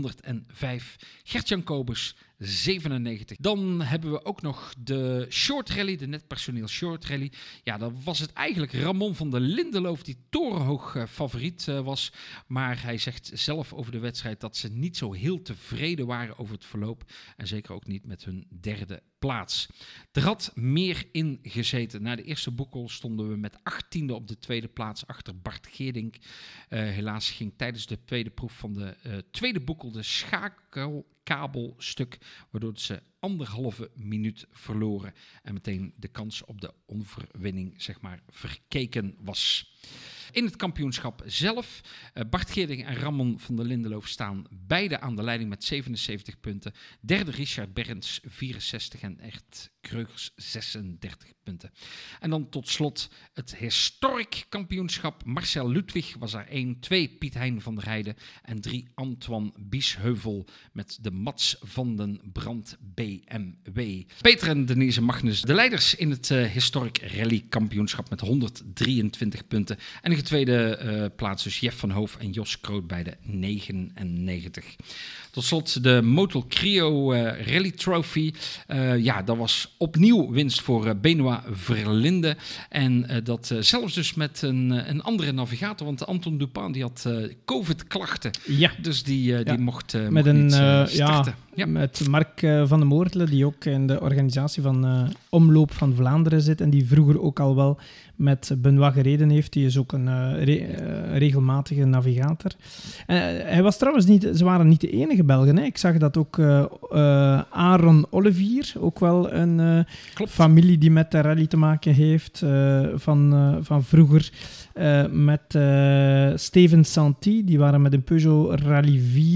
105. Gert-Jan Kobus, 97. Dan hebben we ook nog de short rally, de netpersoneel short rally. Ja, dan was het eigenlijk Ramon van der Lindeloof die torenhoog favoriet was. Maar hij zegt zelf over de wedstrijd dat ze niet zo heel tevreden waren over het verloop. En zeker ook niet met hun 3e plaats. Er had meer in gezeten. Na de eerste boekel stonden we met 18e op de 2e plaats achter Bart Geerdink. Helaas ging tijdens de tweede proef van de tweede boekel de schakelkabelstuk, waardoor ze 1,5 minuut verloren en meteen de kans op de onverwinning, zeg maar, verkeken was. In het kampioenschap zelf, Bart Geerdink en Ramon van der Lindeloof staan beide aan de leiding met 77 punten. Derde Richard Berends 64 en Ert Kreugers 36 punten. En dan tot slot het historic kampioenschap. Marcel Ludwig was daar 1, 2 Piet Hein van der Heijden en 3 Antoine Biesheuvel met de Mats van den Brand BMW. Peter en Denise Magnus, de leiders in het historic rally kampioenschap met 123 punten. En de tweede plaats dus Jeff van Hoof en Jos Kroot bij de 99. Tot slot de Motul Creo Rally Trophy. Dat was opnieuw winst voor Benoit Verlinde. En dat zelfs dus met een andere navigator. Want Anton Dupin die had COVID-klachten. Ja. Dus die mocht met niet starten. Ja. Met Mark van de Moortelen, die ook in de organisatie van Omloop van Vlaanderen zit. En die vroeger ook al wel met Benoit gereden heeft. Die is ook een regelmatige navigator. Hij was trouwens niet... Ze waren niet de enige Belgen. Hè. Ik zag dat ook Aaron Olivier, ook wel een familie die met de rally te maken heeft van vroeger. Met Steven Santi, die waren met een Peugeot Rally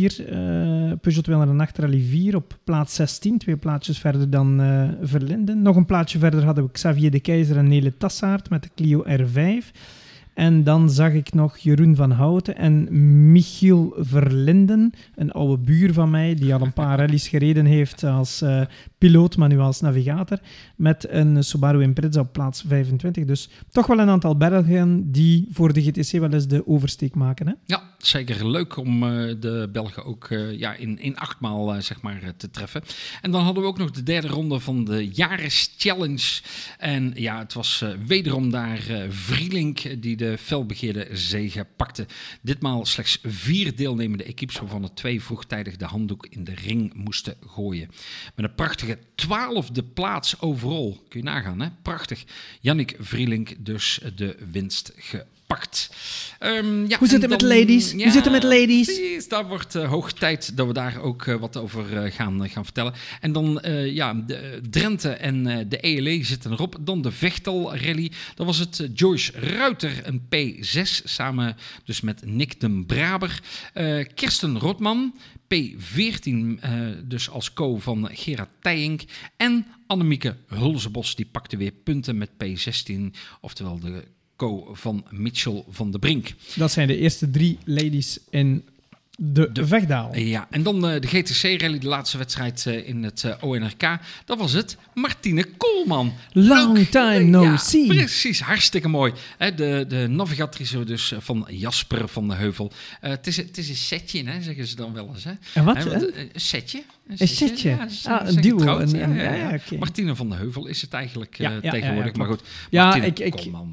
4, Peugeot 208 Rally 4 op plaats 16, 2 plaatsjes verder dan Verlinden. Nog een plaatsje verder hadden we Xavier de Keizer en Nele Tassaert met de Clio R5. En dan zag ik nog Jeroen van Houten en Michiel Verlinden, een oude buur van mij, die al een paar rallies gereden heeft als piloot, maar nu als navigator, met een Subaru Impreza op plaats 25. Dus toch wel een aantal Belgen die voor de GTC wel eens de oversteek maken. Hè? Ja, zeker leuk om de Belgen ook in 8 maal zeg maar, te treffen. En dan hadden we ook nog de derde ronde van de Jares Challenge. En ja, het was wederom daar Vrielink die de felbegeerde zege pakte. Ditmaal slechts 4 deelnemende equipes, waarvan er 2 vroegtijdig de handdoek in de ring moesten gooien. Met een prachtige 12e plaats overal. Kun je nagaan, hè? Prachtig. Jannik Vrielink dus de winst gepakt. gepakt. Hoe zit het met de ladies? Hoe zit het met de ladies? Precies, daar wordt hoog tijd dat we daar ook wat over gaan vertellen. En dan de Drenthe en de ELE zitten erop. Dan de Vechtal Rally. Dat was het Joyce Ruiter, een P6, samen dus met Nick den Braber. Kirsten Rotman, P14, dus als co van Gerard Tijink. En Annemieke Hulsebos, die pakte weer punten met P16, oftewel de co van Mitchell van de Brink. Dat zijn de eerste 3 ladies in de Vechtdaal. Ja, en dan de GTC-rally, de laatste wedstrijd in het ONRK. Dat was het. Martine Koolman. Long time no see. Precies, hartstikke mooi. De navigatrice dus van Jasper van de Heuvel. Het is een setje, hè, zeggen ze dan wel eens. Hè? En wat? Een setje. Een setje? Ja, een duo. Okay. Martine van de Heuvel is het eigenlijk tegenwoordig. Maar goed, Martine Koolman.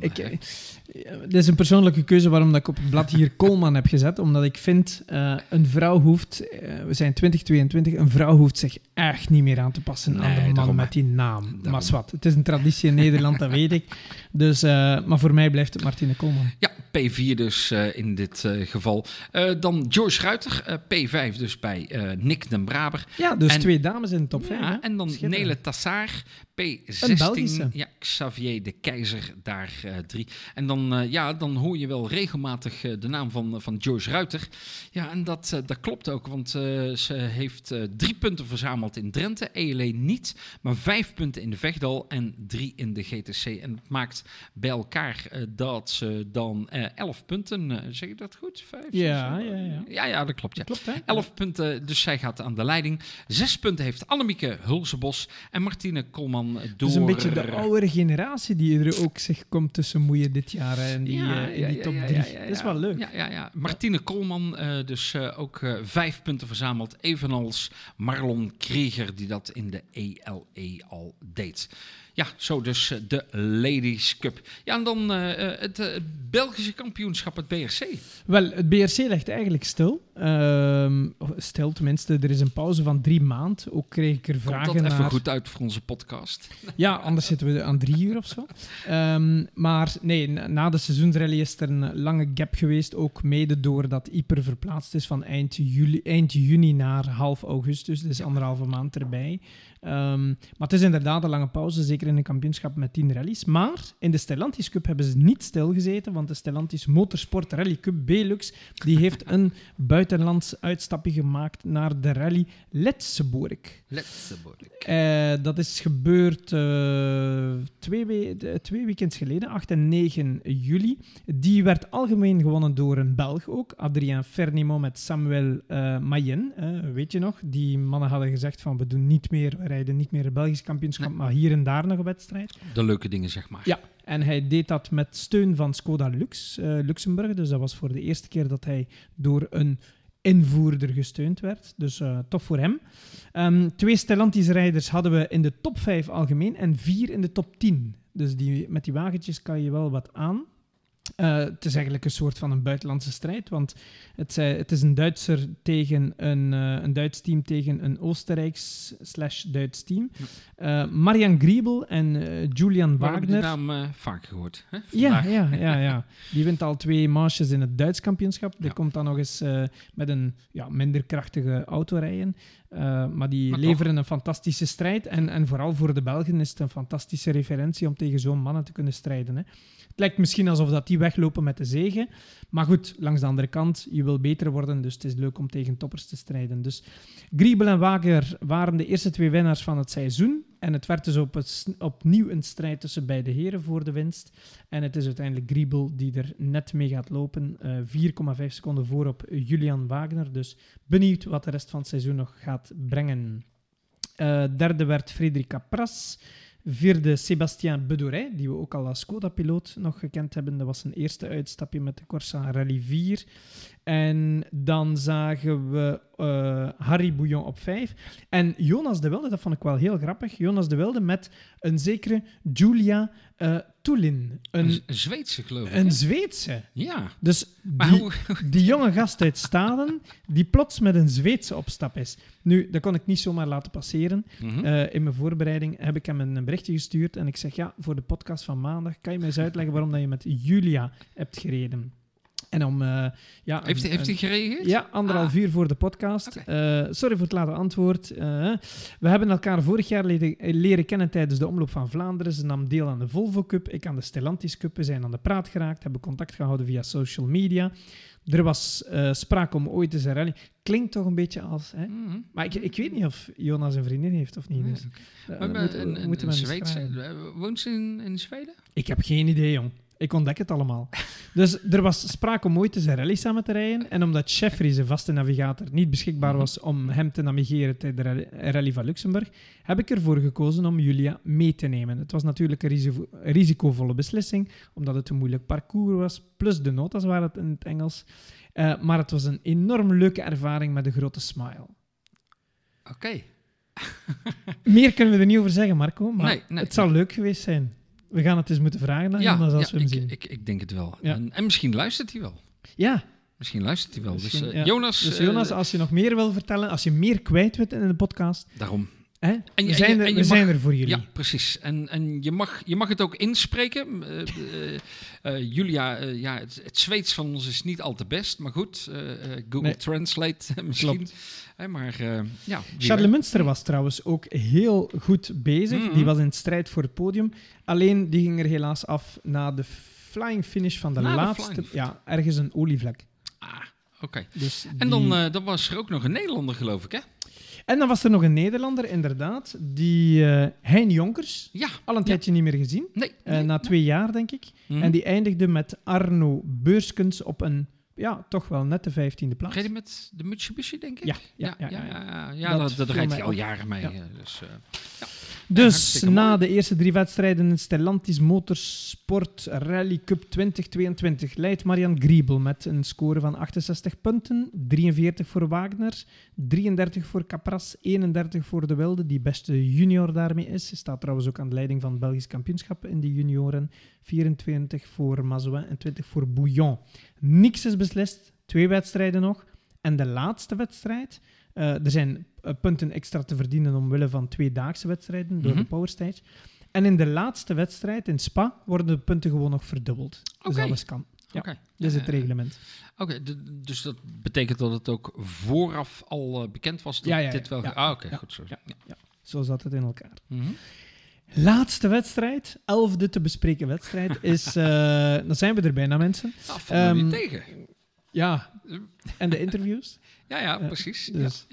Dit is een persoonlijke keuze waarom dat ik op het blad hier Koolman heb gezet. Omdat ik vind, een vrouw hoeft... we zijn 2022, een vrouw hoeft zich echt niet meer aan te passen aan de man met die naam. Maar zwart, het is een traditie in Nederland, dat weet ik. Dus, maar voor mij blijft het Martine Koolman. Ja, P4 dus in dit geval. Dan Joyce Ruiter, P5 dus bij Nick den Braber. Ja, dus 2 dames in de top 5. Ja, en dan Nele Tassar, P16. Ja, Xavier de Keizer, daar 3. En dan hoor je wel regelmatig de naam van Joyce Ruiter. Ja, en dat klopt ook, want ze heeft 3 punten verzameld in Drenthe, ELE niet, maar 5 punten in de Vechtdal en 3 in de GTC. En het maakt bij elkaar dat ze dan 11 punten, zeg je dat goed? 5, ja, dat klopt. Ja. Klopt, hè? 11 punten, dus zij gaat aan de leiding. 6 punten heeft Annemieke Hulsebos en Martine Koolman door... Dus een beetje de oudere generatie die er ook zich komt tussen moeien dit jaar en die top 3. Dat is wel leuk. Ja. Martine Koolman dus ook 5 punten verzameld, evenals Marlon Krieger die dat in de ELE al deed. Ja, zo dus de Ladies Cup. Ja, en dan het Belgische kampioenschap, het BRC. Wel, het BRC ligt eigenlijk stil. Stil, tenminste. Er is een pauze van 3 maanden. Ook kreeg ik er vragen naar... Komt dat even goed uit voor onze podcast? Ja, anders zitten we aan 3 uur of zo. Maar nee, na de seizoensrally is er een lange gap geweest. Ook mede doordat Yper verplaatst is van eind juni naar half augustus. Dus 1,5 maand erbij. Maar het is inderdaad een lange pauze, zeker in een kampioenschap met 10 rallies. Maar in de Stellantis Cup hebben ze niet stilgezeten, want de Stellantis Motorsport Rally Cup Belux die heeft een buitenlands uitstapje gemaakt naar de rally Letzeburg. Dat is gebeurd 2 weekends geleden, 8 en 9 juli. Die werd algemeen gewonnen door een Belg ook, Adrien Fernimo met Samuel Mayen. Weet je nog? Die mannen hadden gezegd van we rijden niet meer het Belgisch kampioenschap, maar hier en daar nog een wedstrijd. De leuke dingen, zeg maar. Ja, en hij deed dat met steun van Skoda Luxemburg. Dus dat was voor de eerste keer dat hij door een invoerder gesteund werd. Dus tof voor hem. 2 Stellantis-rijders hadden we in de top 5 algemeen en 4 in de top 10. Dus met die wagentjes kan je wel wat aan. Het is eigenlijk een soort van een buitenlandse strijd, want het is een Duitser tegen een Duits team tegen een Oostenrijks/Duits team. Marian Griebel en Julian Wagner. We hebben die naam vaak gehoord. Hè, ja. Die wint al 2 manches in het Duits kampioenschap. Die komt dan nog eens met een minder krachtige auto rijden. Maar die leveren een fantastische strijd. En vooral voor de Belgen is het een fantastische referentie om tegen zo'n mannen te kunnen strijden. Hè. Het lijkt misschien alsof dat die weglopen met de zege. Maar goed, langs de andere kant, je wil beter worden, dus het is leuk om tegen toppers te strijden. Dus Griebel en Wagner waren de eerste 2 winnaars van het seizoen. En het werd dus opnieuw een strijd tussen beide heren voor de winst. En het is uiteindelijk Griebel die er net mee gaat lopen. 4,5 seconden voor op Julian Wagner. Dus benieuwd wat de rest van het seizoen nog gaat brengen. Derde werd Frédéric Pras. 4e Sébastien Bedouret, die we ook al als Skoda-piloot nog gekend hebben. Dat was zijn eerste uitstapje met de Corsa Rally 4. En dan zagen we Harry Bouillon op 5. En Jonas de Wilde, dat vond ik wel heel grappig. Jonas de Wilde met een zekere Julia Tulin. Een Zweedse, geloof ik. Een Zweedse. Ja. Dus Maar die jonge gast uit Staden, die plots met een Zweedse op stap is. Nu, dat kon ik niet zomaar laten passeren. In mijn voorbereiding heb ik hem een berichtje gestuurd en ik zeg, ja, voor de podcast van maandag, kan je mij eens uitleggen waarom dat je met Julia hebt gereden? En om... Heeft hij gereageerd? Ja, 1,5 uur voor de podcast. Okay. Sorry voor het late antwoord. We hebben elkaar vorig jaar leren kennen tijdens de Omloop van Vlaanderen. Ze nam deel aan de Volvo Cup, ik aan de Stellantis Cup. We zijn aan de praat geraakt, hebben contact gehouden via social media. Er was sprake om ooit eens een rally. Klinkt toch een beetje als... Hè? Maar ik weet niet of Jonas een vriendin heeft of niet. Dus, moeten we Zweedse... Woont ze in Zweden? Ik heb geen idee, jong. Ik ontdek het allemaal. Dus er was sprake om ooit eens een rally samen te rijden. En omdat Jeffrey, zijn vaste navigator, niet beschikbaar was om hem te navigeren tijdens de Rally van Luxemburg, heb ik ervoor gekozen om Julia mee te nemen. Het was natuurlijk een risicovolle beslissing, omdat het een moeilijk parcours was, plus de notas waren het in het Engels. Maar het was een enorm leuke ervaring met een grote smile. Oké. Meer kunnen we er niet over zeggen, Marco, maar nee. Het zal leuk geweest zijn. We gaan het eens moeten vragen aan Jonas als we hem zien. Ik denk het wel. Ja. En misschien luistert hij wel. Ja. Misschien luistert hij wel. Misschien, dus Jonas, als je nog meer wil vertellen, als je meer kwijt wilt in de podcast... Daarom. Hè? We zijn er voor jullie. Ja, precies. En je mag het ook inspreken. Julia, het Zweeds van ons is niet al te best, maar goed. Google Translate misschien. Klopt. Maar Charles Munster was trouwens ook heel goed bezig. Die was in strijd voor het podium. Alleen die ging er helaas af na de flying finish van de laatste. Ergens een olievlek. Oké. Dus en dan was er ook nog een Nederlander, geloof ik, hè? En dan was er nog een Nederlander, inderdaad, die Hein Jonkers. Ja. Al een tijdje niet meer gezien. Nee. Na 2 jaar, denk ik. En die eindigde met Arno Beurskens op een, toch wel net de 15e plaats. Reed hij met de Mitsubishi, denk ik? Ja. Dat rijdt hij al jaren mee. Dus na de eerste 3 wedstrijden in Stellantis Motorsport Rally Cup 2022 leidt Marian Griebel met een score van 68 punten, 43 voor Wagner, 33 voor Capras, 31 voor De Wilde, die beste junior daarmee is. Hij staat trouwens ook aan de leiding van het Belgisch kampioenschap in de junioren, 24 voor Mazouin en 20 voor Bouillon. Niks is beslist, 2 wedstrijden nog. En de laatste wedstrijd... er zijn punten extra te verdienen omwille van 2-daagse wedstrijden door de Power Stage. En in de laatste wedstrijd in Spa worden de punten gewoon nog verdubbeld. Dus alles kan. Ja, dat is het reglement. Oké, dus dat betekent dat het ook vooraf al bekend was dat dit wel... Goed zo. Ja. Zo zat het in elkaar. Laatste wedstrijd, 11e te bespreken wedstrijd, is... dan zijn we er bijna, mensen. Valt me niet tegen. Ja, en de interviews. Ja, precies. Dus.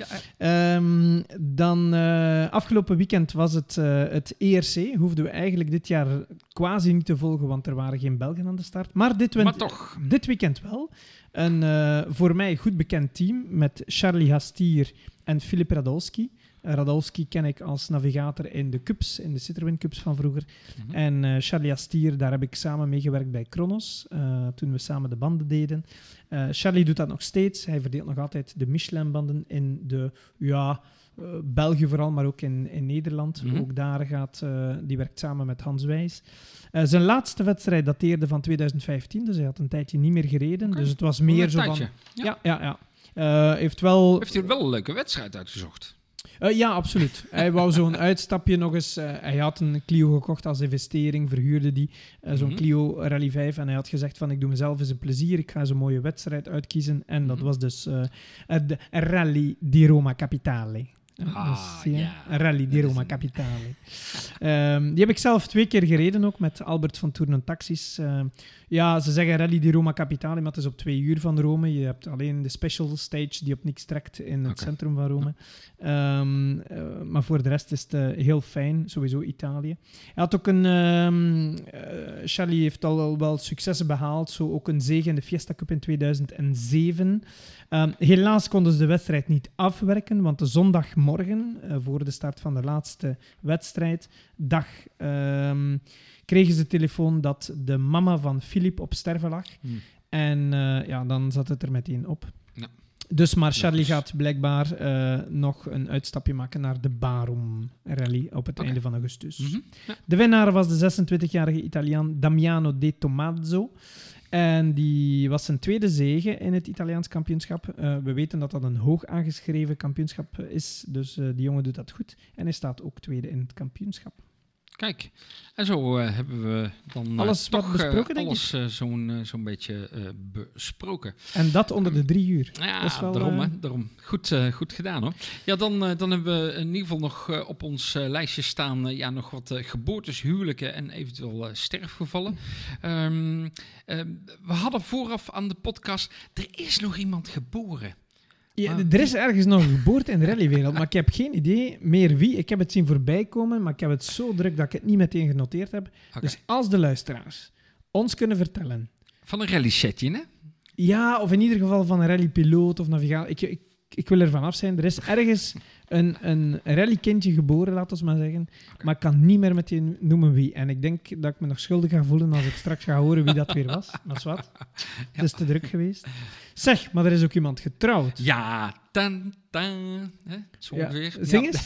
Dan afgelopen weekend was het ERC. Hoefden we eigenlijk dit jaar quasi niet te volgen, want er waren geen Belgen aan de start. Maar dit weekend wel. Een voor mij goed bekend team met Charlie Hastier en Filip Radolski. Radolski ken ik als navigator in de Cups, in de Citroën Cups van vroeger. En Charlie Hastier, daar heb ik samen meegewerkt bij Kronos, toen we samen de banden deden. Charlie doet dat nog steeds. Hij verdeelt nog altijd de Michelin-banden in de, België vooral, maar ook in Nederland. Ook daar die werkt samen met Hans Wijs. Zijn laatste wedstrijd dateerde van 2015, dus hij had een tijdje niet meer gereden. Dus het was meer zo van... Ja. Heeft hij wel een leuke wedstrijd uitgezocht? Ja, absoluut. Hij wou zo'n uitstapje nog eens... hij had een Clio gekocht als investering, verhuurde die. Zo'n Clio Rally 5. En hij had gezegd van, ik doe mezelf eens een plezier. Ik ga zo'n mooie wedstrijd uitkiezen. En dat was dus de Rally di Roma Capitale. Rally di Roma Capitale. Die heb ik zelf 2 keer gereden ook, met Albert van Toernen Taxis. Ze zeggen Rally di Roma Capitale, maar het is op 2 uur van Rome. Je hebt alleen de special stage die op niks trekt in het centrum van Rome. Maar voor de rest is het heel fijn, sowieso Italië. Hij had ook Charlie heeft al wel successen behaald, zo ook een zege in de Fiesta Cup in 2007. Helaas konden ze de wedstrijd niet afwerken, want de zondagmorgen, voor de start van de laatste wedstrijddag, kregen ze telefoon dat de mama van Filip op sterven lag. En dan zat het er meteen op. Ja. Dus, maar Charlie gaat blijkbaar nog een uitstapje maken naar de Barum Rally op het einde van augustus. Mm-hmm. Ja. De winnaar was de 26-jarige Italiaan Damiano De Tommaso. En die was zijn tweede zege in het Italiaans kampioenschap. We weten dat dat een hoog aangeschreven kampioenschap is, dus die jongen doet dat goed. En hij staat ook tweede in het kampioenschap. Kijk, en zo hebben we dan alles toch wat besproken, denk alles zo'n beetje besproken. En dat onder de 3 uur. Ja, dat is wel, daarom. Goed gedaan, hoor. Ja, dan hebben we in ieder geval nog op ons lijstje staan nog wat geboortes, huwelijken en eventueel sterfgevallen. We hadden vooraf aan de podcast, er is nog iemand geboren. Ja, er is ergens nog een geboorte in de rallywereld, maar ik heb geen idee meer wie. Ik heb het zien voorbij komen, maar ik heb het zo druk dat ik het niet meteen genoteerd heb. Okay. Dus als de luisteraars ons kunnen vertellen... Van een rally-setje, hè? Ja, of in ieder geval van een rallypiloot of navigator. Ik wil er vanaf zijn. Er is ergens een rallykindje geboren, laten we maar zeggen. Okay. Maar ik kan niet meer meteen noemen wie. En ik denk dat ik me nog schuldig ga voelen als ik straks ga horen wie dat weer was. Maar is wat. Ja. Het is te druk geweest. Zeg, maar er is ook iemand getrouwd. Ja, hè? Zo ongeveer. Zing eens.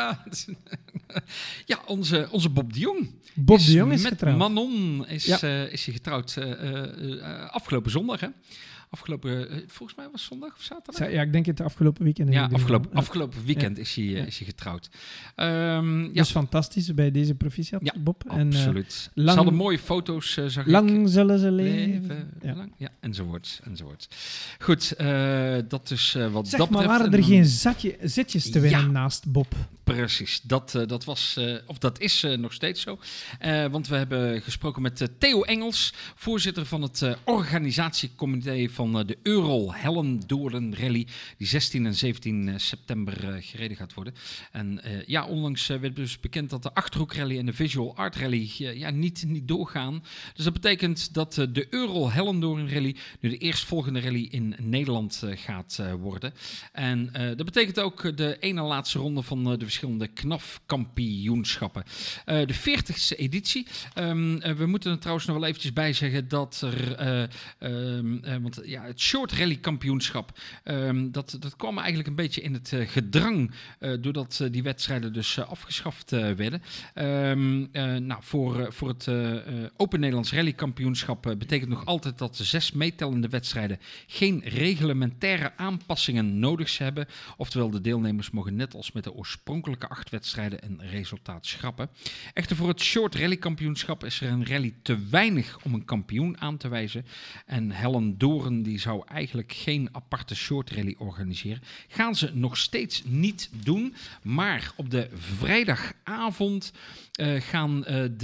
Ja, onze Bob de Jong. Bob de Jong is met getrouwd. Manon is hij getrouwd afgelopen zondag, hè? Volgens mij was het zondag of zaterdag? Ja, ik denk het afgelopen weekend. Ja, afgelopen weekend is hij getrouwd. Dus fantastisch bij deze proficiat, ja, Bob. Absoluut. Ze hadden mooie foto's, zag ik. Lang zullen ze leven. Lang, enzovoorts. Goed, dat is wat zeg, dat maar betreft. waren er geen zitjes te winnen naast Bob? Precies, dat was, of dat is nog steeds zo. Want we hebben gesproken met Theo Engels, voorzitter van het organisatiecomité van de Eurol Hellendoorn Rally, die 16 en 17 september gereden gaat worden. En onlangs werd dus bekend dat de Achterhoek Rally en de Visual Art Rally niet doorgaan. Dus dat betekent dat de Eurol Hellendoorn Rally nu de eerstvolgende rally in Nederland gaat worden. En dat betekent ook de ene laatste ronde van de verschillende KNAF-kampioenschappen. De 40ste editie. We moeten er trouwens nog wel eventjes bij zeggen dat er... want het Short Rally Kampioenschap, dat kwam eigenlijk een beetje in het gedrang doordat die wedstrijden dus afgeschaft werden. Voor het Open Nederlands Rally Kampioenschap betekent nog altijd dat de 6 meetellende wedstrijden geen reglementaire aanpassingen nodig hebben. Oftewel, de deelnemers mogen net als met de oorspronkelijke 8 wedstrijden een resultaat schrappen. Echter, voor het Short Rally Kampioenschap is er een rally te weinig om een kampioen aan te wijzen. En Hellendoorn die zou eigenlijk geen aparte short rally organiseren. Gaan ze nog steeds niet doen. Maar op de vrijdagavond gaan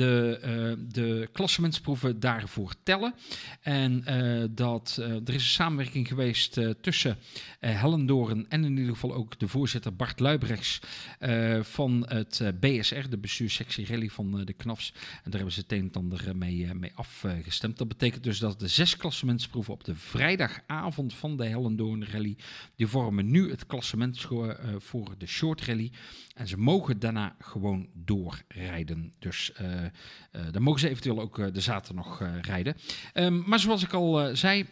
de klassementsproeven daarvoor tellen. En er is een samenwerking geweest tussen Hellendoorn en in ieder geval ook de voorzitter Bart Luibrechts van het BSR, de bestuurssectie rally van de KNAFs. En daar hebben ze het een en ander mee afgestemd. Dat betekent dus dat de 6 klassementsproeven op de vrijdagavond van de Hellendoorn Rally, die vormen nu het klassement voor de short rally. En ze mogen daarna gewoon doorrijden. Dus dan mogen ze eventueel ook de zaterdag nog rijden. Maar zoals ik al zei...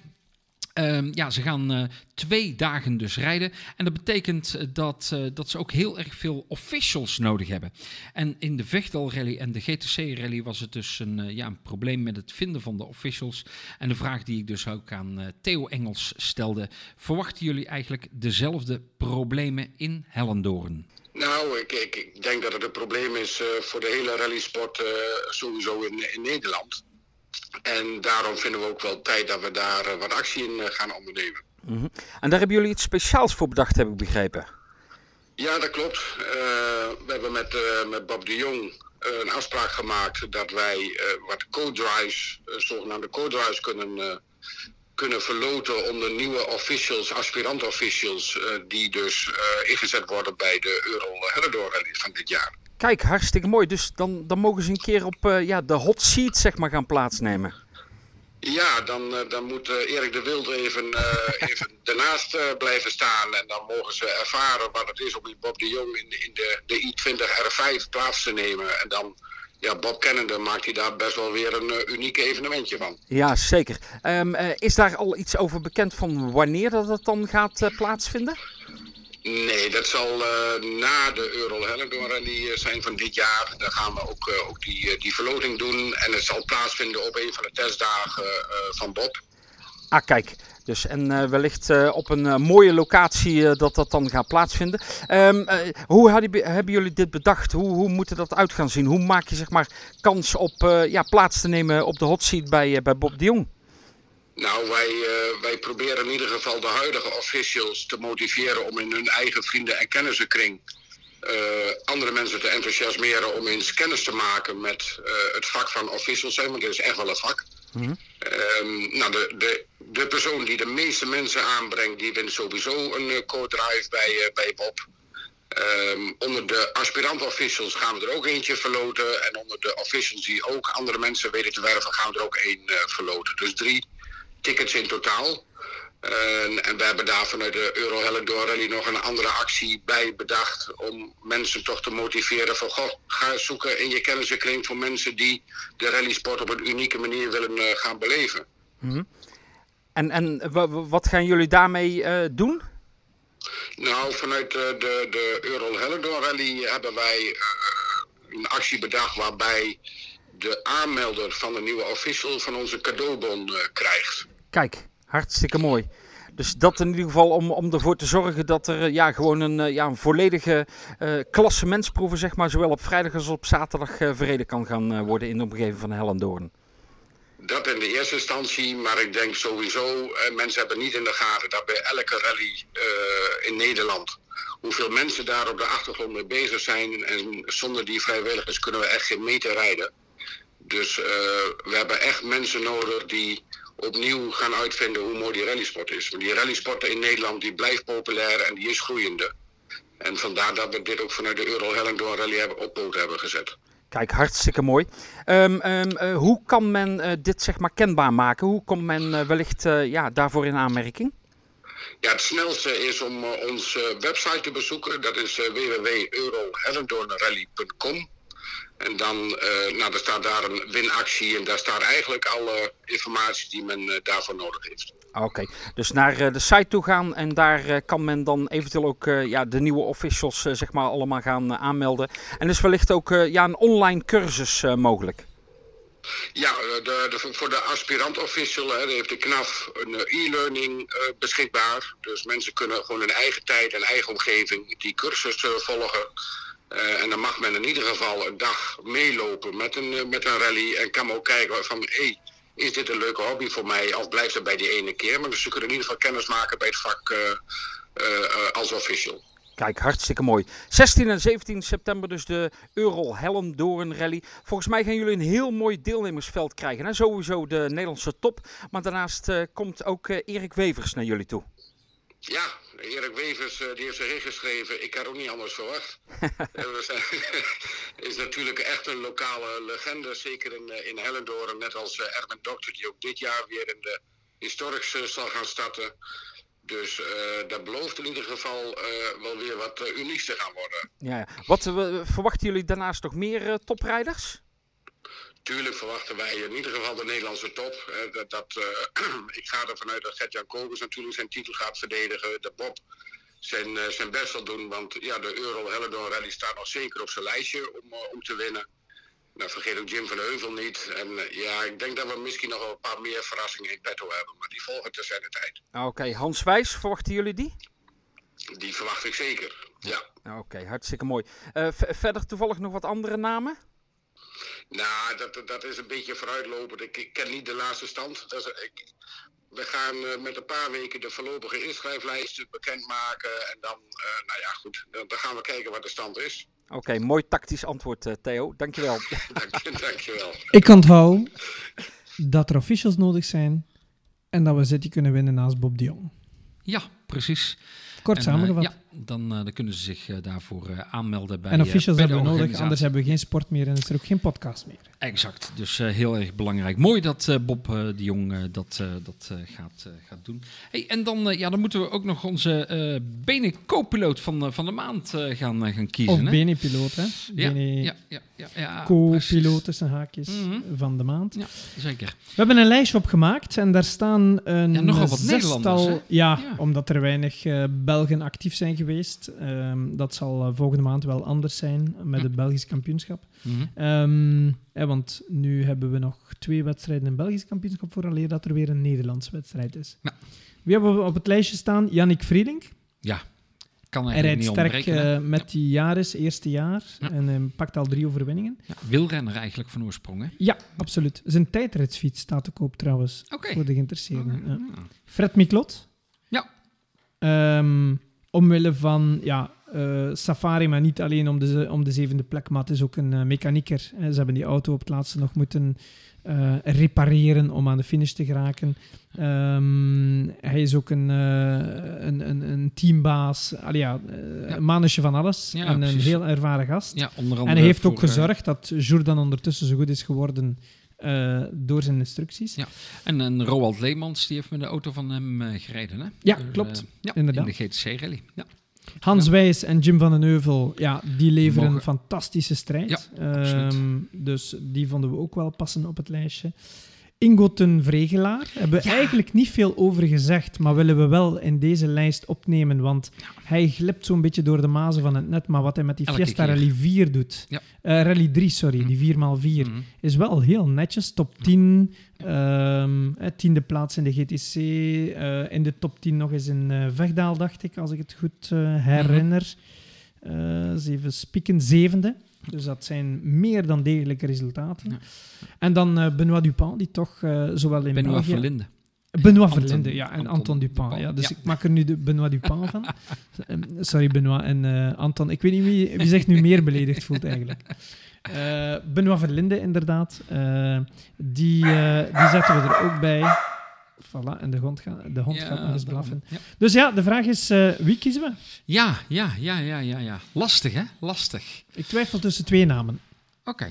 ze gaan 2 dagen dus rijden. En dat betekent dat ze ook heel erg veel officials nodig hebben. En in de Vechtal Rally en de GTC Rally was het dus een probleem met het vinden van de officials. En de vraag die ik dus ook aan Theo Engels stelde: verwachten jullie eigenlijk dezelfde problemen in Hellendoorn? Nou, ik denk dat het een probleem is voor de hele rallysport sowieso in Nederland. En daarom vinden we ook wel tijd dat we daar wat actie in gaan ondernemen. Mm-hmm. En daar hebben jullie iets speciaals voor bedacht, heb ik begrepen. Ja, dat klopt. We hebben met Bob de Jong een afspraak gemaakt dat wij wat co-drives, zogenaamde co-drives kunnen verloten onder nieuwe officials, aspirant-officials, die dus ingezet worden bij de Eurol Hellendoorn Rally van dit jaar. Kijk, hartstikke mooi. Dus dan mogen ze een keer op de hot seat zeg maar gaan plaatsnemen. Ja, dan moet Erik de Wild even daarnaast blijven staan. En dan mogen ze ervaren wat het is om in Bob de Jong in de I-20 R5 plaats te nemen. En dan ja, Bob kennende maakt hij daar best wel weer een uniek evenementje van. Ja, zeker. Is daar al iets over bekend van wanneer dat dan gaat plaatsvinden? Nee, dat zal na de Euro Hellendoorn Rally zijn van dit jaar. Daar gaan we ook die verloting doen. En het zal plaatsvinden op een van de testdagen van Bob. Ah, kijk. Dus, en wellicht op een mooie locatie dat dan gaat plaatsvinden. Hoe hebben jullie dit bedacht? Hoe moet dat uit gaan zien? Hoe maak je zeg maar kans op plaats te nemen op de hot seat bij Bob de Jong? Nou, wij proberen in ieder geval de huidige officials te motiveren om in hun eigen vrienden- en kennissenkring andere mensen te enthousiasmeren om eens kennis te maken met het vak van officials zijn, want dat is echt wel een vak. Mm-hmm. De persoon die de meeste mensen aanbrengt, die wint sowieso een co-drive bij Bob. Onder de aspirant-officials gaan we er ook eentje verloten. En onder de officials die ook andere mensen weten te werven, gaan we er ook één verloten. Dus 3 tickets in totaal. En we hebben daar vanuit de Euro Hellendoorn Rally nog een andere actie bij bedacht om mensen toch te motiveren van ga zoeken in je kennissenkring voor mensen die de rallysport op een unieke manier willen gaan beleven. Mm-hmm. En wat gaan jullie daarmee doen? Nou, vanuit de Euro Hellendoorn Rally hebben wij een actie bedacht waarbij de aanmelder van de nieuwe official van onze cadeaubon krijgt. Kijk, hartstikke mooi. Dus dat in ieder geval om ervoor te zorgen dat er gewoon een volledige klassementsproeven, zeg maar, zowel op vrijdag als op zaterdag verreden kan gaan worden in de omgeving van Hellendoorn. Dat in de eerste instantie, maar ik denk sowieso, mensen hebben niet in de gaten dat bij elke rally in Nederland, hoeveel mensen daar op de achtergrond mee bezig zijn en zonder die vrijwilligers kunnen we echt geen meter rijden. Dus we hebben echt mensen nodig die opnieuw gaan uitvinden hoe mooi die rallysport is. Want die rallysport in Nederland die blijft populair en die is groeiende. En vandaar dat we dit ook vanuit de Euro Hellendoorn Rally op poot hebben gezet. Kijk, hartstikke mooi. Hoe kan men dit zeg maar kenbaar maken? Hoe komt men wellicht daarvoor in aanmerking? Ja, het snelste is om onze website te bezoeken. Dat is www.eurohellendoornrally.com. En dan er staat daar een winactie en daar staat eigenlijk alle informatie die men daarvoor nodig heeft. Oké, dus naar de site toe gaan en daar kan men dan eventueel ook de nieuwe officials zeg maar allemaal gaan aanmelden. En is wellicht ook een online cursus mogelijk. Ja, voor de aspirant-official heeft de KNAF een e-learning beschikbaar. Dus mensen kunnen gewoon in eigen tijd en eigen omgeving die cursus volgen. En dan mag men in ieder geval een dag meelopen met een rally en kan ook kijken van is dit een leuke hobby voor mij of blijft het bij die ene keer. Maar dus ze kunnen in ieder geval kennis maken bij het vak als official. Kijk, hartstikke mooi. 16 en 17 september dus de Euro Hellendoorn Rally. Volgens mij gaan jullie een heel mooi deelnemersveld krijgen. Hè? Sowieso de Nederlandse top. Maar daarnaast komt ook Erik Wevers naar jullie toe. Ja, Erik Wevers die heeft zich ingeschreven. Ik had ook niet anders verwacht. Is natuurlijk echt een lokale legende. Zeker in Hellendoorn. Net als Erwin Dokter die ook dit jaar weer in de Historics zal gaan starten. Dus dat belooft in ieder geval wel weer wat unieks te gaan worden. Ja. Wat verwachten jullie daarnaast nog meer toprijders? Tuurlijk verwachten wij in ieder geval de Nederlandse top. Ik ga ervan uit dat Gert-Jan Kogels natuurlijk zijn titel gaat verdedigen. De Bob zijn best zal doen, want ja, de Euro Hellendoorn Rally staat nog zeker op zijn lijstje om te winnen. Nou, vergeet ook Jim van Heuvel niet. En ik denk dat we misschien nog wel een paar meer verrassingen in petto hebben. Maar die volgen te zijn de tijd. Oké, Hans Wijs, verwachten jullie die? Die verwacht ik zeker, ja. Oké, hartstikke mooi. Verder toevallig nog wat andere namen? Nou, dat is een beetje vooruitlopend. Ik ken niet de laatste stand. We gaan met een paar weken de voorlopige inschrijflijsten bekendmaken. En dan, dan gaan we kijken wat de stand is. Oké, mooi tactisch antwoord, Theo. Dankjewel. Dankjewel. Ik onthoud dat er officials nodig zijn en dat we Zitty kunnen winnen naast Bob de Jong. Ja, precies. Kort samengevat. Ja, dan kunnen ze zich daarvoor aanmelden bij en officials bij de hebben we nodig, organisatie. anders hebben we geen sport meer en is er ook geen podcast meer. Exact, dus heel erg belangrijk. Mooi dat Bob de Jong dat gaat doen. Hey, en dan moeten we ook nog onze Bene co-piloot van de maand gaan kiezen. Of Bene-piloot, hè? Ja, co-piloot tussen haakjes van de maand. Ja, zeker. We hebben een lijstje opgemaakt en daar staan een nogal wat zestal... Nederlanders, hè? Ja, omdat er weinig Belgen actief zijn geweest. Dat zal volgende maand wel anders zijn met het Belgisch kampioenschap. Want nu hebben we nog 2 wedstrijden in het Belgisch kampioenschap vooraleer dat er weer een Nederlandse wedstrijd is. Ja. Wie hebben we op het lijstje staan? Yannick Vrielink. Ja, kan Hij rijdt niet sterk ontbreken. met die Yaris, eerste jaar. Ja. En pakt al 3 overwinningen. Ja, wielrenner eigenlijk van oorsprong, hè? Ja, absoluut. Zijn tijdritsfiets staat te koop trouwens. Oké. Voor de geïnteresseerden. Okay. Ja. Fred Miklot. Ja. Omwille van Safari, maar niet alleen om de 7e plek, maar het is ook een mechanieker. Ze hebben die auto op het laatste nog moeten repareren om aan de finish te geraken. Hij is ook een teambaas. Een mannetje van alles. Ja, en precies. een heel ervaren gast. Ja, onder andere En hij heeft ook voor, gezorgd dat Jourdan ondertussen zo goed is geworden door zijn instructies. Ja. En Roald Leemans, die heeft met de auto van hem gereden, hè? Ja, Dus, klopt. ja, Inderdaad. in de GTC-rally. Ja. Hans Wijs en Jim van den Heuvel, die leveren Mogen. een fantastische strijd. Ja, absoluut. Dus die vonden we ook wel passen op het lijstje. Ingo ten Vregelaar hebben we eigenlijk niet veel over gezegd, maar willen we wel in deze lijst opnemen, want hij glipt zo'n beetje door de mazen van het net, maar wat hij met die Elke Fiesta keer. Rally 4 doet, Rally 3, sorry, die 4x4, is wel heel netjes. Top 10, 10e plaats in de GTC, in de top 10 nog eens in Vegdaal, dacht ik, als ik het goed herinner. Even spieken, 7e. Dus dat zijn meer dan degelijke resultaten. Ja. En dan Benoît Dupin, die toch zowel in Benoît België... Verlinde. Benoît Verlinde, ja. En Anton Dupin. Ja, dus ik maak er nu de Benoît Dupin van. Sorry, Benoît en Anton. Ik weet niet wie zich nu meer beledigd voelt eigenlijk. Benoît Verlinde, inderdaad. Die zetten we er ook bij. Voilà, en de hond gaat nog eens blaffen. Ja. Dus de vraag is, wie kiezen we? Ja. Lastig, hè? Lastig. Ik twijfel tussen 2 namen. Oké.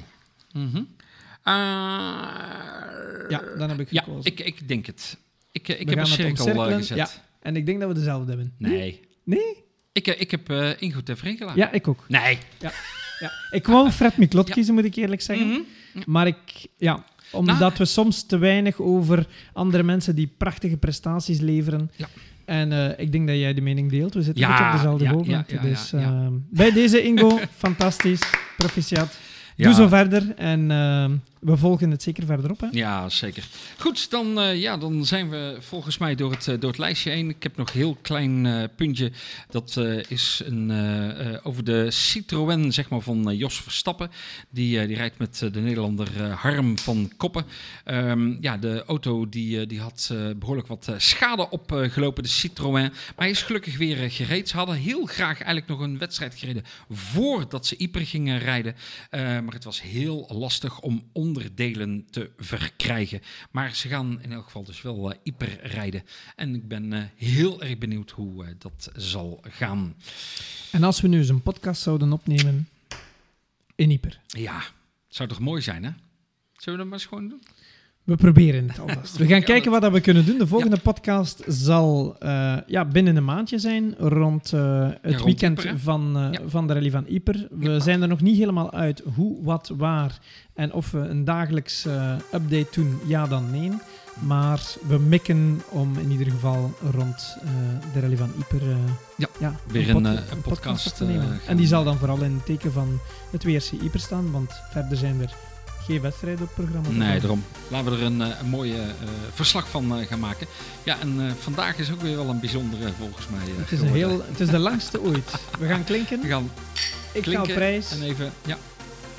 Dan heb ik gekozen. Ja, ik denk het. Ik heb een cirkel gezet. Ja, en ik denk dat we dezelfde hebben. Nee? Ik heb Ingo ten Vregelaar. Ja, ik ook. Nee. Ja. Ik wou Fred Miklot kiezen, moet ik eerlijk zeggen. Maar omdat we soms te weinig over andere mensen die prachtige prestaties leveren. Ja. En ik denk dat jij de mening deelt. We zitten een beetje op dezelfde golflengte. Bij deze, Ingo, fantastisch. Proficiat. Doe zo verder en we volgen het zeker verder op. Hè? Ja, zeker. Goed, dan zijn we volgens mij door het lijstje heen. Ik heb nog een heel klein puntje. Dat is over de Citroën zeg maar, van Jos Verstappen. Die rijdt met de Nederlander Harm van Koppen. De auto die had behoorlijk wat schade opgelopen, de Citroën. Maar hij is gelukkig weer gereed. Ze hadden heel graag eigenlijk nog een wedstrijd gereden voordat ze Ypres gingen rijden. Maar het was heel lastig om onderdelen te verkrijgen. Maar ze gaan in elk geval dus wel Ypres rijden. En ik ben heel erg benieuwd hoe dat zal gaan. En als we nu eens een podcast zouden opnemen in Ypres? Ja, zou toch mooi zijn, hè? Zullen we dat maar eens gewoon doen? We proberen het alvast. We gaan kijken wat we kunnen doen. De volgende podcast zal binnen een maandje zijn, rond het weekend Ypres, van de Rally van Ypres. We zijn er nog niet helemaal uit hoe, wat, waar en of we een dagelijks update doen, ja dan nee. Maar we mikken om in ieder geval rond de Rally van Ypres weer een podcast te nemen. En die zal dan vooral in het teken van het WRC Ypres staan, want verder zijn er geen wedstrijd op het programma. Nee, daarom. Laten we er een mooie verslag van gaan maken. Ja, en vandaag is ook weer wel een bijzondere volgens mij. Het is de langste ooit. We gaan klinken. We gaan ik ga op reis. En even,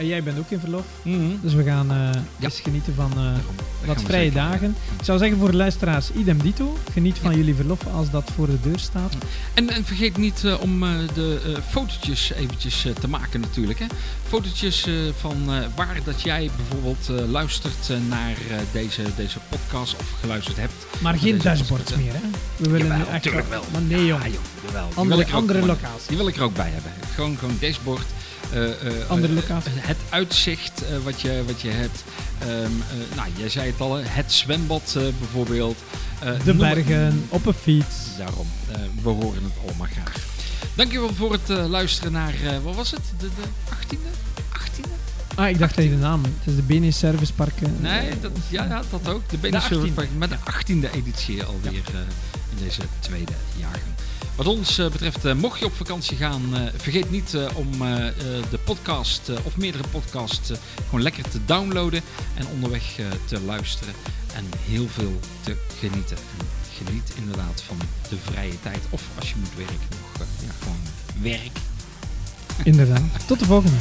En jij bent ook in verlof. Mhm. Dus we gaan eens genieten van wat vrije dagen. Ik zou zeggen voor de luisteraars, idem dito. Geniet van jullie verlof als dat voor de deur staat. En vergeet niet om de fotootjes eventjes te maken natuurlijk. Hè? Fotootjes van waar dat jij bijvoorbeeld luistert naar deze podcast of geluisterd hebt. Maar geen dashboards meer, hè? We willen Jawel, nu echt natuurlijk wel. Maar nee, jong. Ja, joh, jawel. Andere locatie. Die wil ik er ook bij hebben. Gewoon dashboard. Andere locatie. Het uitzicht wat je hebt. Nou, jij zei het al, het zwembad bijvoorbeeld. De bergen, op een fiets. Daarom, we horen het allemaal graag. Dankjewel voor het luisteren naar, wat was het? De 18e? 18e? Ah, ik dacht dat je de naam. Het is de BNE Serviceparken. Nee, dat ook. De BNE Serviceparken met de 18e editie alweer in deze tweede jaargang. Wat ons betreft, mocht je op vakantie gaan, vergeet niet om de podcast of meerdere podcasts gewoon lekker te downloaden en onderweg te luisteren en heel veel te genieten. En geniet inderdaad van de vrije tijd of als je moet werken nog gewoon werk. Inderdaad. Tot de volgende.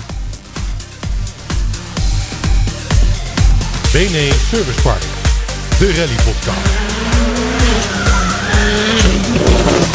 BNE Service Park, de Rally Podcast.